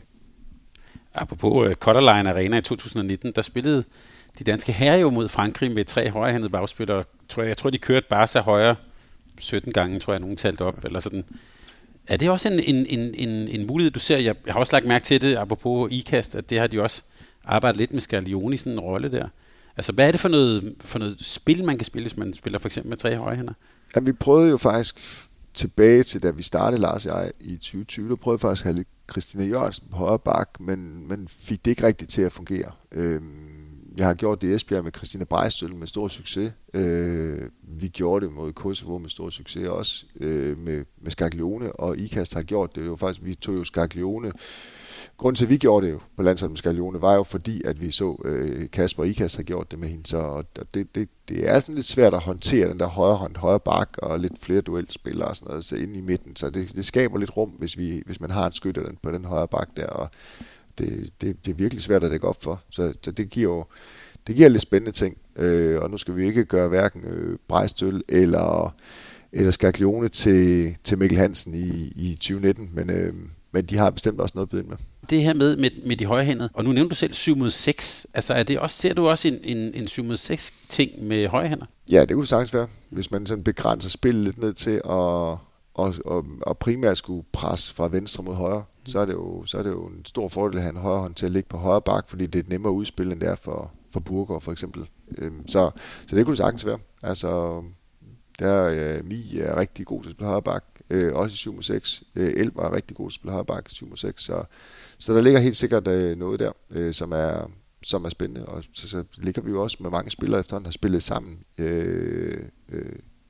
[SPEAKER 2] Apropos uh, Color Line Arena i to tusind nitten, der spillede de danske herrer jo mod Frankrig med tre højrehændede bagspillere. Jeg, jeg tror, de kørte Barca højre sytten gange, tror jeg, nogen talte op, eller sådan. Er det også en, en, en, en, en mulighed, du ser? Jeg, jeg har også lagt mærke til det, apropos ikast, at det har de også arbejdet lidt med Scaglione i sådan en rolle der. Altså, hvad er det for noget, for noget spil, man kan spille, hvis man spiller for eksempel med tre højrehænder?
[SPEAKER 3] Ja, vi prøvede jo faktisk tilbage til, da vi startede, Lars og jeg, i tyve tyve, der prøvede faktisk at have lidt Christina Jørgensen på højre bak, men, men fik det ikke rigtigt til at fungere. Øhm, Jeg har gjort det i Esbjerg med Christina Breistøl med stor succes. Øh, vi gjorde det mod Kosovo med stor succes også øh, med, med Scaglione, og Ikast har gjort det. Det var faktisk, vi tog jo Scaglione. Grunden til, at vi gjorde det jo på landsholdet med Scaglione, var jo fordi, at vi så øh, Kasper og Ikast har gjort det med hende. Så det, det, det er sådan lidt svært at håndtere den der højre hånd, højre bak og lidt flere duelspillere og sådan noget så inde i midten. Så det, det skaber lidt rum, hvis, vi, hvis man har en skytte på den højre bak der, og Det, det, det er virkelig svært at dække op for, så, så det giver jo det giver lidt spændende ting, øh, og nu skal vi ikke gøre hverken øh, Breistøl eller, eller Scaglione til, til Mikkel Hansen i, i tyve nitten, men, øh, men de har bestemt også noget at byde ind med.
[SPEAKER 2] Det her med, med, med de højrehændede, og nu nævnte du selv syv mod seks, altså er det også, ser du også en, en, en syv mod seks ting med højrehænder?
[SPEAKER 3] Ja, det kunne sagtens være, hvis man sådan begrænser spillet lidt ned til at og, og, og primært skulle presse fra venstre mod højre, så er det jo, så er det jo en stor fordel at have en højre hånd til at ligge på højre bak, fordi det er et nemmere udspil, end det er for, for Burger for eksempel. Øhm, så, så det kunne det sagtens være. Altså, der øh, Mi er rigtig god til at spille højre bak, øh, også i syv mod seks. Øh, Elver er rigtig god til at spille højre bak i syv mod seks, så, så der ligger helt sikkert øh, noget der, øh, som er som er spændende, og så, så ligger vi jo også med mange spillere efterhånden, der har spillet sammen. Øh, øh,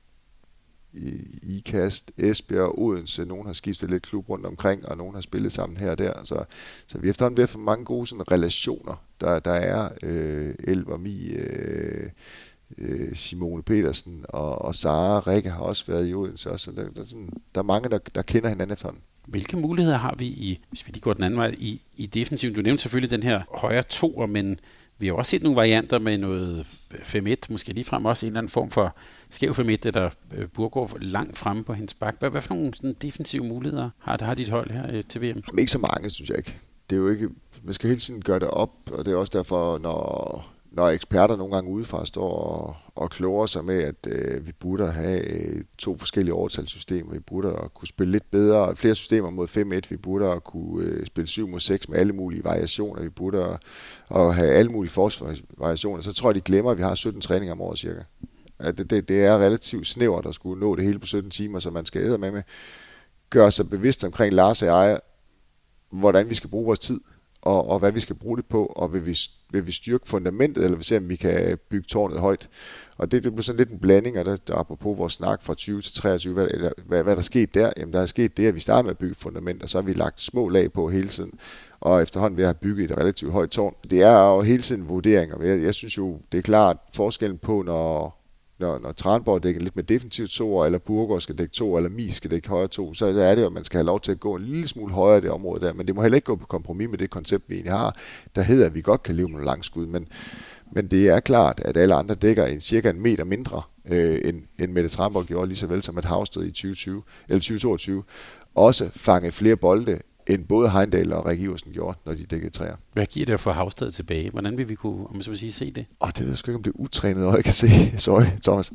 [SPEAKER 3] i Ikast, Esbjerg, Odense, nogen har skiftet lidt klub rundt omkring, og nogen har spillet sammen her og der, så, så vi efterhånden ved at få mange gode sådan, relationer, der, der er øh, Elver, Mi, øh, øh, Simone Petersen og, og Sara, Rikke har også været i Odense også, så der, der, sådan, der er mange, der, der kender hinanden efterhånden. Hvilke
[SPEAKER 2] muligheder har vi, i, hvis vi lige går den anden vej, i, i defensiven? Du nævnte selvfølgelig den her højre toer, men vi har også set nogle varianter med noget fem et, måske ligefrem også en eller anden form for skæv fem et, eller Burgård langt fremme på hendes bak. Hvad, hvad for nogle sådan, defensive muligheder har, har dit hold her til V M?
[SPEAKER 3] Jamen, ikke så mange, synes jeg ikke. Det er jo ikke, man skal hele tiden gøre det op, og det er også derfor, når, når eksperter nogle gange udefra står og, og kloger sig med, at øh, vi burde have øh, to forskellige overtalssystemer, vi burde kunne spille lidt bedre, flere systemer mod fem et, vi burde kunne øh, spille syv mod seks med alle mulige variationer, vi burde at have alle mulige forsvarsvariationer, så tror jeg, de glemmer, at vi har sytten træninger om året cirka. At det, det, det er relativt snævert at skulle nå det hele på sytten timer, så man skal æde med med. Gøre sig bevidst omkring Lars og jeg, hvordan vi skal bruge vores tid, og, og hvad vi skal bruge det på, og vil vi, vil vi styrke fundamentet, eller vil vi se, om vi kan bygge tårnet højt. Og det, det bliver sådan lidt en blanding, og der, der apropos vores snak fra tyve til treogtyve, hvad, eller, hvad, hvad der er sket der? Jamen, der er sket det, at vi starter med at bygge fundament, og så har vi lagt små lag på hele tiden, og efterhånden ved at have bygget et relativt højt tårn. Det er jo hele tiden vurderinger, men jeg, jeg synes jo, det er klart forskellen på, når, når, når Tranborg dækker lidt med defensivt to, eller Burgård skal dække to, eller Mies skal dække højre to, så er det jo, at man skal have lov til at gå en lille smule højere i det område der, men det må heller ikke gå på kompromis med det koncept, vi egentlig har, der hedder, at vi godt kan leve med langskud, men, men det er klart, at alle andre dækker en cirka en meter mindre, øh, end, end Mette Tranborg gjorde, lige så vel som at Havsted i tyve tyve, eller tyve toogtyve, også fangede flere bolde, end både Heindal og Rik Iversen gjorde, når de dækkede træer.
[SPEAKER 2] Hvad giver det at få Havsted tilbage? Hvordan vil vi kunne, om man så vil sige, se det?
[SPEAKER 3] Åh, det ved jeg sgu ikke, om det er utrænet øje kan se. Sorry, Thomas.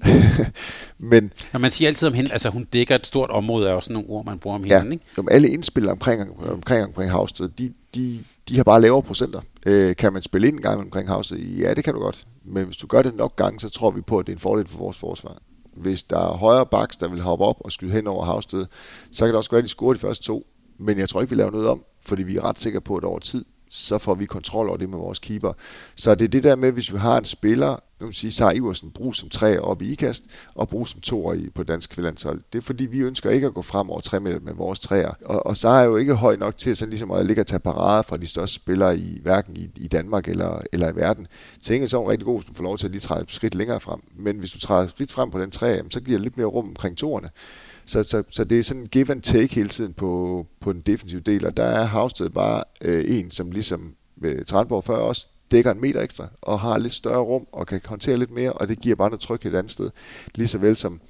[SPEAKER 3] Men
[SPEAKER 2] ja, man siger altid om hende, altså hun dækker et stort område, er også nogle ord, man bruger om hende,
[SPEAKER 3] ja,
[SPEAKER 2] ikke?
[SPEAKER 3] Om alle indspillere omkring, omkring, omkring Havsted, de, de, de har bare lavere procenter. Øh, kan man spille ind en gang omkring Havsted? Ja, det kan du godt. Men hvis du gør det nok gange, så tror vi på, at det er en fordel for vores forsvar. Hvis der er højere backs, der vil hoppe op og skyde hen over Havsted, så kan det også være, at de scorer de første to. Men jeg tror ikke, vi laver noget om, fordi vi er ret sikre på, at over tid, så får vi kontrol over det med vores keeper. Så det er det der med, hvis vi har en spiller, nu vil sige, Sara Iversen, brug som tre oppe i ikast, og brug som toer på dansk kvindelandshold. Det er fordi, vi ønsker ikke at gå frem over tre meter med vores træer. Og, og så er jo ikke høj nok til sådan ligesom at ligge og tage parade fra de største spillere, i hverken i, i Danmark eller, eller i verden. Til enkelt så er hun rigtig god, hvis du får lov til at lige træde et skridt længere frem. Men hvis du træder et skridt frem på den træ, så giver det lidt mere rum omkring toerne. Så, så, så det er sådan en give and take hele tiden på, på den defensive del, og der er Havsted bare øh, en, som ligesom øh, Tranborg før også dækker en meter ekstra, og har lidt større rum, og kan håndtere lidt mere, og det giver bare noget tryghed et andet sted. Lige så vel som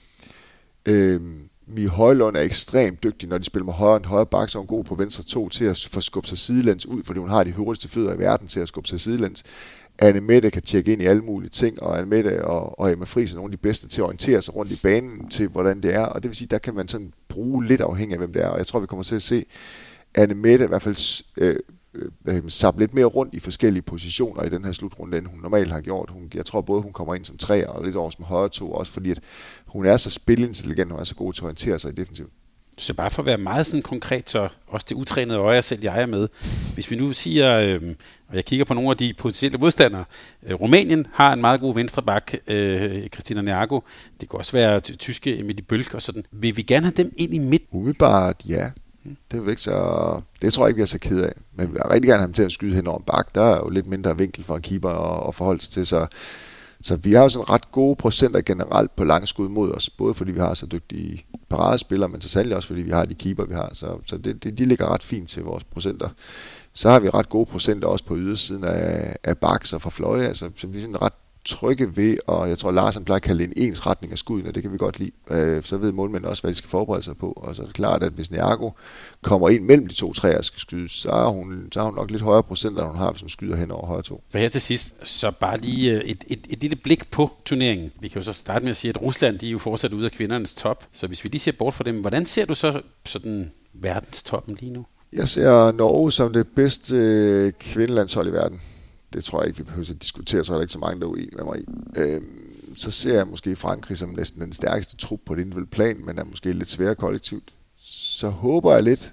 [SPEAKER 3] øh, Mie Højlund er ekstremt dygtig, når de spiller med højre en højre bak, så er hun god på venstre to til at få skubbe sig sidelæns ud, fordi hun har de hurtigste fødder i verden til at skubbe sig sidelæns. Anne Mette kan tjekke ind i alle mulige ting, og Anne Mette og, og Emma Friis er nogle af de bedste til at orientere sig rundt i banen til, hvordan det er, og det vil sige, der kan man sådan bruge lidt afhængig af, hvem det er, og jeg tror, vi kommer til at se Anne Mette i hvert fald øh, øh, sappe lidt mere rundt i forskellige positioner i den her slutrunde, end hun normalt har gjort. Hun, jeg tror både, hun kommer ind som træer og lidt over som højre to, også fordi at hun er så spilintelligent, og er så god til at orientere sig i defensiven.
[SPEAKER 2] Så bare for at være meget sådan konkret, så også det utrænede øje, selv jeg er med. Hvis vi nu siger, øh, og jeg kigger på nogle af de potentielle modstandere, øh, Rumænien har en meget god venstreback, øh, Christina Nergo. Det kan også være tyske Emilie Bølk og sådan. Vil vi gerne have dem ind i midten?
[SPEAKER 3] Umiddelbart, ja. Det er vel ikke så, det tror jeg ikke, vi er så ked af. Men vi vil rigtig gerne have dem til at skyde hen over en bak. Der er jo lidt mindre vinkel for en keeper at, at forholde sig til, så Så vi har jo sådan ret gode procenter generelt på langskud mod os, både fordi vi har så dygtige paradespillere, men så sandelig også fordi vi har de keeper, vi har. Så, så det, det, de ligger ret fint til vores procenter. Så har vi ret gode procenter også på ydersiden af, af baks og fra fløje, altså, så vi er sådan ret trygge ved, og jeg tror Larsen plejer at kalde det en ens retning af skuden, og det kan vi godt lide. Øh, så ved målmændene også, hvad de skal forberede sig på, og så er det klart, at hvis Nergo kommer ind mellem de to træer og skal skyde, så er hun, så har hun nok lidt højere procenter, end hun har, hvis hun skyder hen over højre to.
[SPEAKER 2] For her til sidst, så bare lige et, et, et lille blik på turneringen. Vi kan jo så starte med at sige, at Rusland, de er jo fortsat ude af kvindernes top, så hvis vi lige ser bort fra dem, hvordan ser du så sådan verdenstoppen lige nu?
[SPEAKER 3] Jeg ser Norge som det bedste øh, kvindelandshold i verden. Det tror jeg ikke, vi behøver at diskutere, så er der ikke så mange, der er uenige med mig i. Øhm, så ser jeg måske Frankrig som næsten den stærkeste trup på det individuelle plan, men er måske lidt sværere kollektivt. Så håber jeg lidt,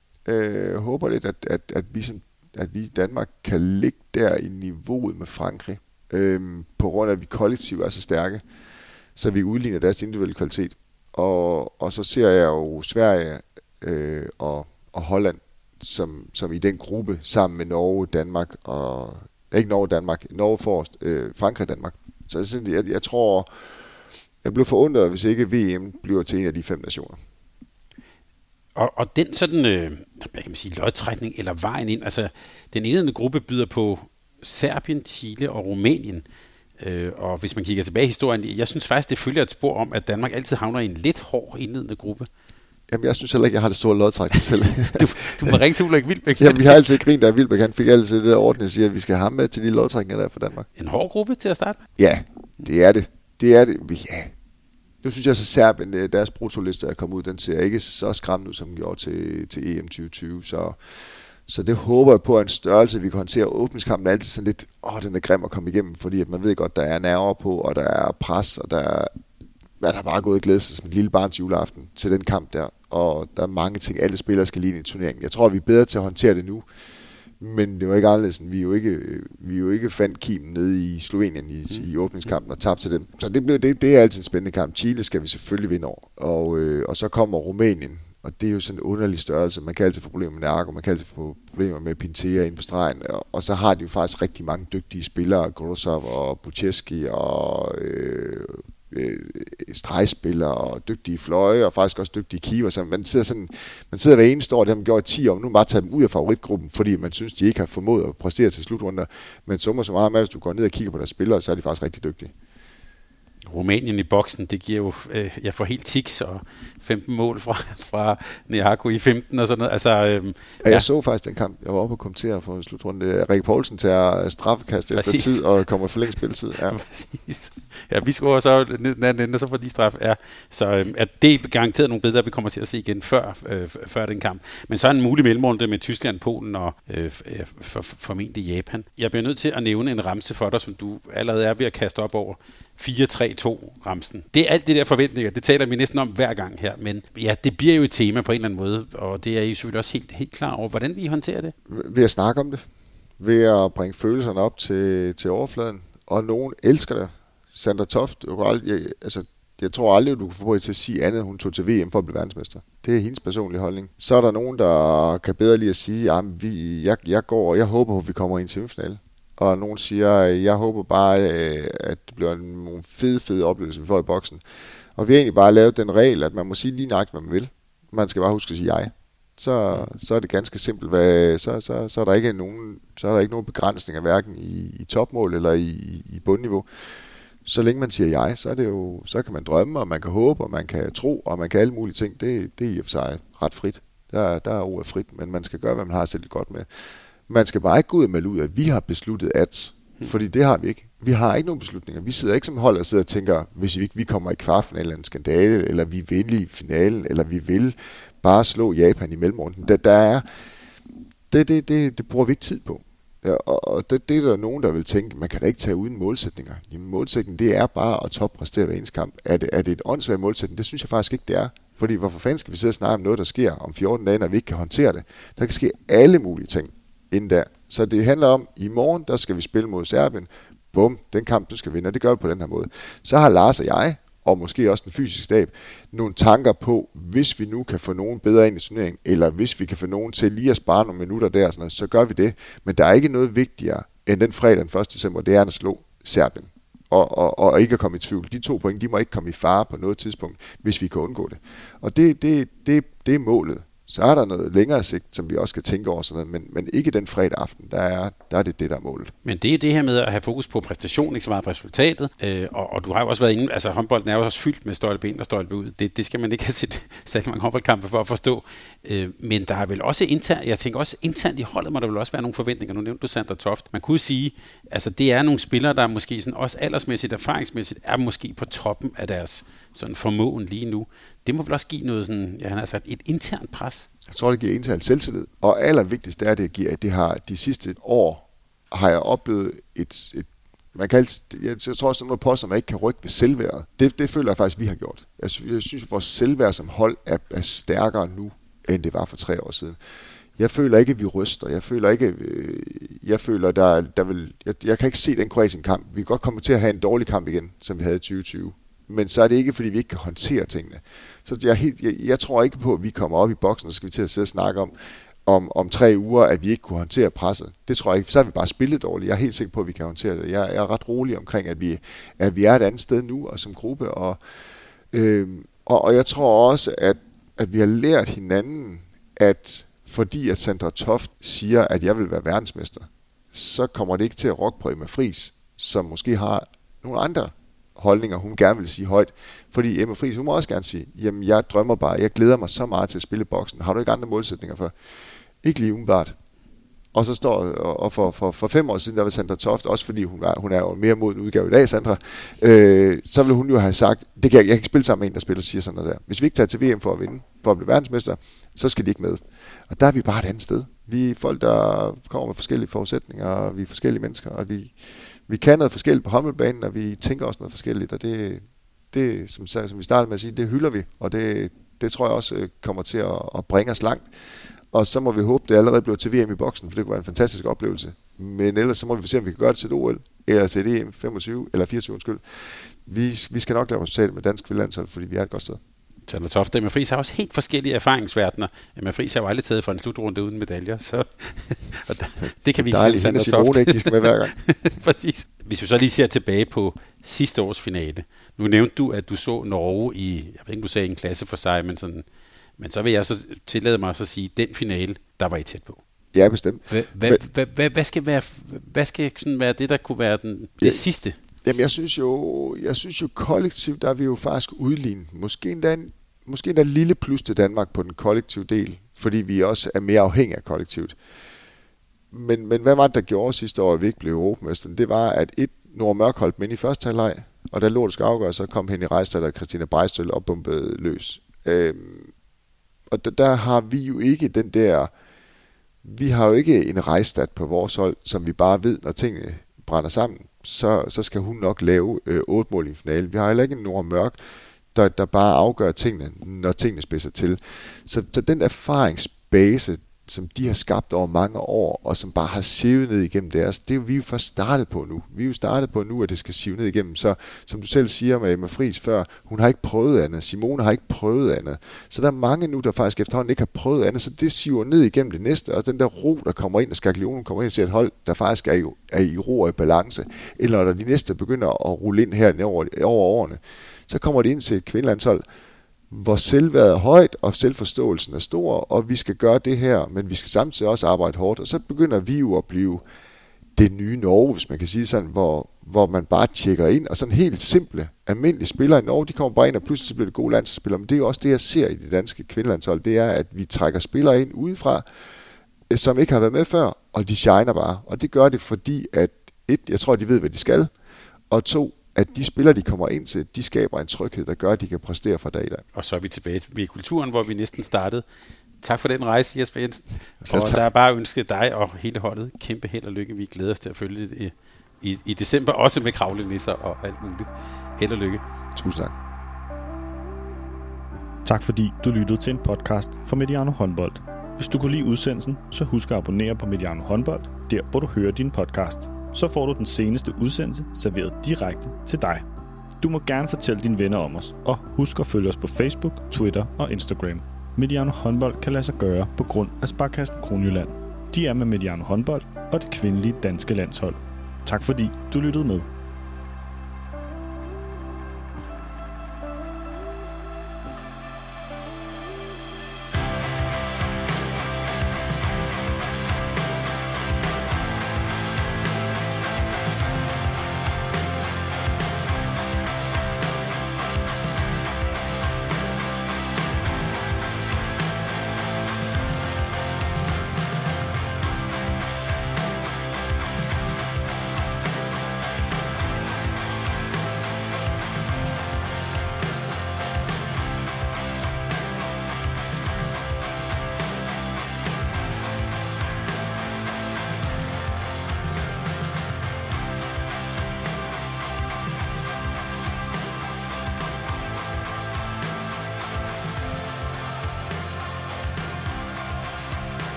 [SPEAKER 3] øh, håber lidt at, at, at, vi som, at vi i Danmark kan ligge der i niveauet med Frankrig, øhm, på grund af, at vi kollektivt er så stærke, så vi udligner deres individuelle kvalitet. Og, og så ser jeg jo Sverige øh, og, og Holland, Som, som i den gruppe, sammen med Norge, Danmark og... Ikke Norge, Danmark. Norge forrest. Øh, Frankrig, Danmark. Så jeg, jeg, jeg tror... Jeg bliver forundret, hvis ikke V M bliver til en af de fem nationer.
[SPEAKER 2] Og, og den sådan, øh, hvad kan man sige, lodtrækning eller vejen ind, altså den indledende gruppe byder på Serbien, Chile og Rumænien. Øh, og hvis man kigger tilbage i historien, jeg synes faktisk, det følger et spor om, at Danmark altid havner i en lidt hård indledende gruppe.
[SPEAKER 3] Jamen, jeg synes heller ikke, jeg har det store lodtrækning selv.
[SPEAKER 2] du, du må ringe til Ulrik Wilbæk.
[SPEAKER 3] Jamen, vi har altid grint af Wilbæk. Han fik altid det der ordentligt at sige, at vi skal have ham med til de lodtrækninger der for Danmark.
[SPEAKER 2] En hård gruppe til at starte med?
[SPEAKER 3] Ja, det er det. Det er det. Ja. Nu synes jeg, at Serbien, deres brutoliste er kommet ud, den ser ikke så skræmmende ud, som den gjorde til, til E M tyve tyve. Så, så det håber jeg på, at en størrelse, vi kan håndtere. Åbningskampen er altid sådan lidt, åh, den er grim at komme igennem, fordi at man ved godt, der er nerver på, og der er pres, og der er, man har bare gået og glædet sig som et lille barns juleaften til den kamp der. Og der er mange ting, alle spillere skal lide i turneringen. Jeg tror, vi er bedre til at håndtere det nu, men det var ikke anderledes. Vi er jo ikke, vi er jo ikke fandt kimen nede i Slovenien i, i åbningskampen og tabte til dem. Så det, blev, det, det er altid en spændende kamp. Chile skal vi selvfølgelig vinde over. Og, øh, og så kommer Rumænien, og det er jo sådan en underlig størrelse. Man kan altid få problemer med Nergo, man kan altid få problemer med Pintea inde på stregen. Og, og så har de jo faktisk rigtig mange dygtige spillere, Grosov og Bucheski og... Øh, øh, stregspillere og dygtige fløje, og faktisk også dygtige keeper. Så man sidder sådan, man sidder hver eneste år, det har man gjort ti år, nu bare taget dem ud af favoritgruppen, fordi man synes, de ikke har formået at præstere til slutrunder. Men summer så meget med, hvis du går ned og kigger på deres spillere, så er de faktisk rigtig dygtige.
[SPEAKER 2] Rumænien i boksen, det giver jo, øh, jeg får helt tiks og femten mål fra, fra Neaco i femten og sådan noget. Altså, øh,
[SPEAKER 3] ja, jeg ja. så faktisk den kamp, jeg var oppe og kommentere for slutrunde. Rikke Poulsen tager straffekast efter Præcis. tid og kommer for længe spilletid. Ja.
[SPEAKER 2] Præcis. Ja, vi scorer så ned den anden ende, og så får de straf. Ja. Så øh, at det er garanteret nogle billeder, vi kommer til at se igen før, øh, før den kamp. Men så er en mulig mellemrunde med Tyskland, Polen og øh, for, for, formentlig Japan. Jeg bliver nødt til at nævne en ramse for dig, som du allerede er ved at kaste op over. fire tre to ramsen. Det er alt det der forventninger, det taler vi næsten om hver gang her, men ja, det bliver jo et tema på en eller anden måde, og det er I selvfølgelig også helt, helt klar over. Hvordan vil I håndtere det?
[SPEAKER 3] Ved at snakke om det. Ved at bringe følelserne op til, til overfladen, og nogen elsker det. Sandra Toft, du kan aldrig, jeg, altså, jeg tror aldrig, du kan få brugt til at sige andet, hun tog til V M for at blive verdensmester. Det er hendes personlige holdning. Så er der nogen, der kan bedre lige at sige, at vi, jeg, jeg går, og jeg håber, at vi kommer i en semifinale. Og nogen siger, at jeg håber bare, at det bliver nogle fede, fede oplevelser, vi får i boksen. Og vi har egentlig bare lavet den regel, at man må sige lige nøjagtigt, hvad man vil. Man skal bare huske at sige jeg. Så, så er det ganske simpelt. Hvad, så, så, så, er der ikke nogen, så er der ikke nogen begrænsninger, hverken i, i topmål eller i, i bundniveau. Så længe man siger jeg, så, er det jo, så kan man drømme, og man kan håbe, og man kan tro, og man kan alle mulige ting. Det, det er i og for sig ret frit. Der, der er ordet frit, men man skal gøre, hvad man har selv godt med. Man skal bare ikke gå ud og melde ud, at vi har besluttet at, fordi det har vi ikke. Vi har ikke nogen beslutninger. Vi sidder ikke som hold og sidder og tænker, hvis vi ikke vi kommer i kvartfinalen eller en skandale, eller vi vil i finalen, eller vi vil bare slå Japan i mellemrunden. Der, der er, det, det, det, det bruger vi ikke tid på. Ja, og det, det er der nogen, der vil tænke, man kan da ikke tage uden målsætninger. Jamen målsætningen, det er bare at toppræstere hver eneste kamp. Er det, er det et åndssvagt målsætning? Det synes jeg faktisk ikke, det er. Fordi hvorfor fanden skal vi sidde og snakke om noget, der sker om fjorten dage, når vi ikke kan håndtere det? Der kan ske alle mulige ting inden der. Så det handler om, i morgen, der skal vi spille mod Serbien. Bum, den kamp, du skal vinde, og det gør vi på den her måde. Så har Lars og jeg, og måske også den fysiske stab, nogle tanker på, hvis vi nu kan få nogen bedre ind i turneringen, eller hvis vi kan få nogen til lige at spare nogle minutter der, sådan noget, så gør vi det. Men der er ikke noget vigtigere end den fredag den første december, det er at slå Serbien. Og, og, og ikke at komme i tvivl. De to point, de må ikke komme i fare på noget tidspunkt, hvis vi kan undgå det. Og det, det, det, det er målet. Så er der noget længere sigt, som vi også skal tænke over, sådan noget, men, men ikke den fredag aften, der er, der er det det, der er målet.
[SPEAKER 2] Men det er det her med at have fokus på præstation, ikke så meget på resultatet, øh, og, og du har jo også været inde, altså håndbolden er jo også fyldt med stolpe ind og stolpe ud, det, det skal man ikke have set særlig mange håndboldkampe for at forstå, øh, men der er vel også internt, jeg tænker også internt i holdet, må der vel også være nogle forventninger, nu nævnte du Sandra Toft, man kunne sige, altså det er nogle spillere, der måske sådan også aldersmæssigt, erfaringsmæssigt, er måske på toppen af deres sådan formåen lige nu. Det må vel også give noget sådan, ja, han har sagt, et internt pres.
[SPEAKER 3] Jeg tror, det giver internt selvtillid. Og allervigtigst er det, at giver, at det har de sidste år, har jeg oplevet et, et man kan altid, jeg tror også, noget på, som man ikke kan rykke ved selvværdet. Det, det føler jeg faktisk, vi har gjort. Jeg, jeg synes, at vores selvværd som hold er, er stærkere nu, end det var for tre år siden. Jeg føler ikke, at vi ryster. Jeg føler ikke, øh, jeg føler, der, der vil, jeg, jeg kan ikke se den Kroatien-kamp. Vi kan godt komme til at have en dårlig kamp igen, som vi havde i tyve tyve. Men så er det ikke, fordi vi ikke kan håndtere tingene. Så jeg, helt, jeg, jeg tror ikke på, at vi kommer op i boksen, og så skal vi til at sidde og snakke om, om, om tre uger, at vi ikke kunne håndtere presset. Det tror jeg ikke. Så har vi bare spillet dårligt. Jeg er helt sikker på, at vi kan håndtere det. Jeg, jeg er ret rolig omkring, at vi, at vi er et andet sted nu, og som gruppe. Og, øh, og, og jeg tror også, at, at vi har lært hinanden, at fordi at Sandra Toft siger, at jeg vil være verdensmester, så kommer det ikke til at rokke på Emma Friis, som måske har nogle andre holdninger, hun gerne vil sige højt. Fordi Emma Friis, hun må også gerne sige, jamen jeg drømmer bare, jeg glæder mig så meget til at spille boksen. Har du ikke andre målsætninger for? Ikke lige umiddelbart. Og så står, og for, for, for fem år siden, der var Sandra Toft, også fordi hun, var, hun er jo mere moden udgave i dag, Sandra, øh, så ville hun jo have sagt, det kan jeg, jeg kan ikke spille sammen med en, der spiller, siger sådan noget der. Hvis vi ikke tager til V M for at vinde, for at blive verdensmester, så skal de ikke med. Og der er vi bare et andet sted. Vi er folk, der kommer med forskellige forudsætninger, og vi er forskellige mennesker, og vi Vi kan noget forskelligt på håndboldbanen, og vi tænker også noget forskelligt, og det, det som, som vi startede med at sige, det hylder vi, og det, det tror jeg også kommer til at, at bringe os langt. Og så må vi håbe, det allerede bliver til V M i boksen, for det kunne være en fantastisk oplevelse. Men ellers så må vi se, om vi kan gøre det til et O L, eller til et E M femogtyve, eller fireogtyve, undskyld. Vi, vi skal nok lave resultat med dansk frilandshold, fordi vi er et godt sted.
[SPEAKER 2] Sandra Toft, Emma Friis har også helt forskellige erfaringsverdener. Emma Friis har jo aldrig taget for en slutrunde uden medaljer, så og der, det kan vi ikke sige.
[SPEAKER 3] Dejligt, Sandra Toft. Ikke, de skal med hver gang.
[SPEAKER 2] Præcis. Hvis vi så lige ser tilbage på sidste års finale. Nu nævnte du, at du så Norge i, jeg ved ikke, du sagde en klasse for sig, men, sådan, men så vil jeg så tillade mig så at sige, den finale, der var I tæt på.
[SPEAKER 3] Ja, bestemt.
[SPEAKER 2] Hvad, hvad,
[SPEAKER 3] men,
[SPEAKER 2] hvad, hvad, hvad skal, være, hvad skal sådan være det, der kunne være den, det
[SPEAKER 3] ja,
[SPEAKER 2] sidste?
[SPEAKER 3] Jamen, jeg synes jo, jeg synes jo kollektivt, der er vi jo faktisk udlignet. Måske endda en, måske endda en lille plus til Danmark på den kollektive del, fordi vi også er mere afhængige af kollektivt. Men, men hvad var det, der gjorde sidste år, at vi ikke blev europamester? Det var, at et Nord Mørk holdt med i første halvleg, og da lå det skal afgøre, så kom Henny Reistad og Christina Brejstøl og bombede løs. Øhm, og der, der har vi jo ikke den der... Vi har jo ikke en Reistad på vores hold, som vi bare ved, når tingene brænder sammen, så, så skal hun nok lave øh, otte mål i finalen. Vi har heller ikke en Nord Mørk, der, der bare afgør tingene, når tingene spidser til. Så, så den erfaringsbase, som de har skabt over mange år, og som bare har sivet ned igennem deres, det er jo vi jo først startet på nu. Vi er jo startet på nu, at det skal sive ned igennem. Så som du selv siger med Emma Friis før, hun har ikke prøvet andet. Simone har ikke prøvet andet. Så der er mange nu, der faktisk efterhånden ikke har prøvet andet, så det siver ned igennem det næste. Og den der ro, der kommer ind, og Skaglionen kommer ind til et hold, der faktisk er i, er i ro og i balance. Eller når de næste begynder at rulle ind her over, over årene, så kommer de ind til et kvindelandshold, hvor selvværdet er højt, og selvforståelsen er stor, og vi skal gøre det her, men vi skal samtidig også arbejde hårdt, og så begynder vi jo at blive det nye Norge, hvis man kan sige sådan, hvor, hvor man bare tjekker ind, og sådan helt simple, almindelige spillere i Norge, de kommer bare ind, og pludselig så bliver det gode landsspillere, men det er jo også det, jeg ser i det danske kvindelandshold, det er, at vi trækker spillere ind udefra, som ikke har været med før, og de shiner bare, og det gør det, fordi at et, jeg tror, de ved, hvad de skal, og to, at de spillere, de kommer ind til, de skaber en tryghed, der gør, at de kan præstere fra dag i dag.
[SPEAKER 2] Og så er vi tilbage ved kulturen, hvor vi næsten startede. Tak for den rejse, Jesper Jensen.
[SPEAKER 3] Selv
[SPEAKER 2] og
[SPEAKER 3] tak.
[SPEAKER 2] der er bare ønsket dig og hele holdet kæmpe held og lykke. Vi glæder os til at følge det i, i, i december, også med kravlenisser og alt muligt. Held og lykke.
[SPEAKER 3] Tusind tak.
[SPEAKER 1] Tak fordi du lyttede til en podcast fra Mediano Håndbold. Hvis du kunne lide udsendelsen, så husk at abonnere på Mediano Håndbold, der hvor du hører din podcast. Så får du den seneste udsendelse serveret direkte til dig. Du må gerne fortælle dine venner om os, og husk at følge os på Facebook, Twitter og Instagram. Mediano Håndbold kan lade sig gøre på grund af Sparkassen Kronjylland. De er med Mediano Håndbold og det kvindelige danske landshold. Tak fordi du lyttede med.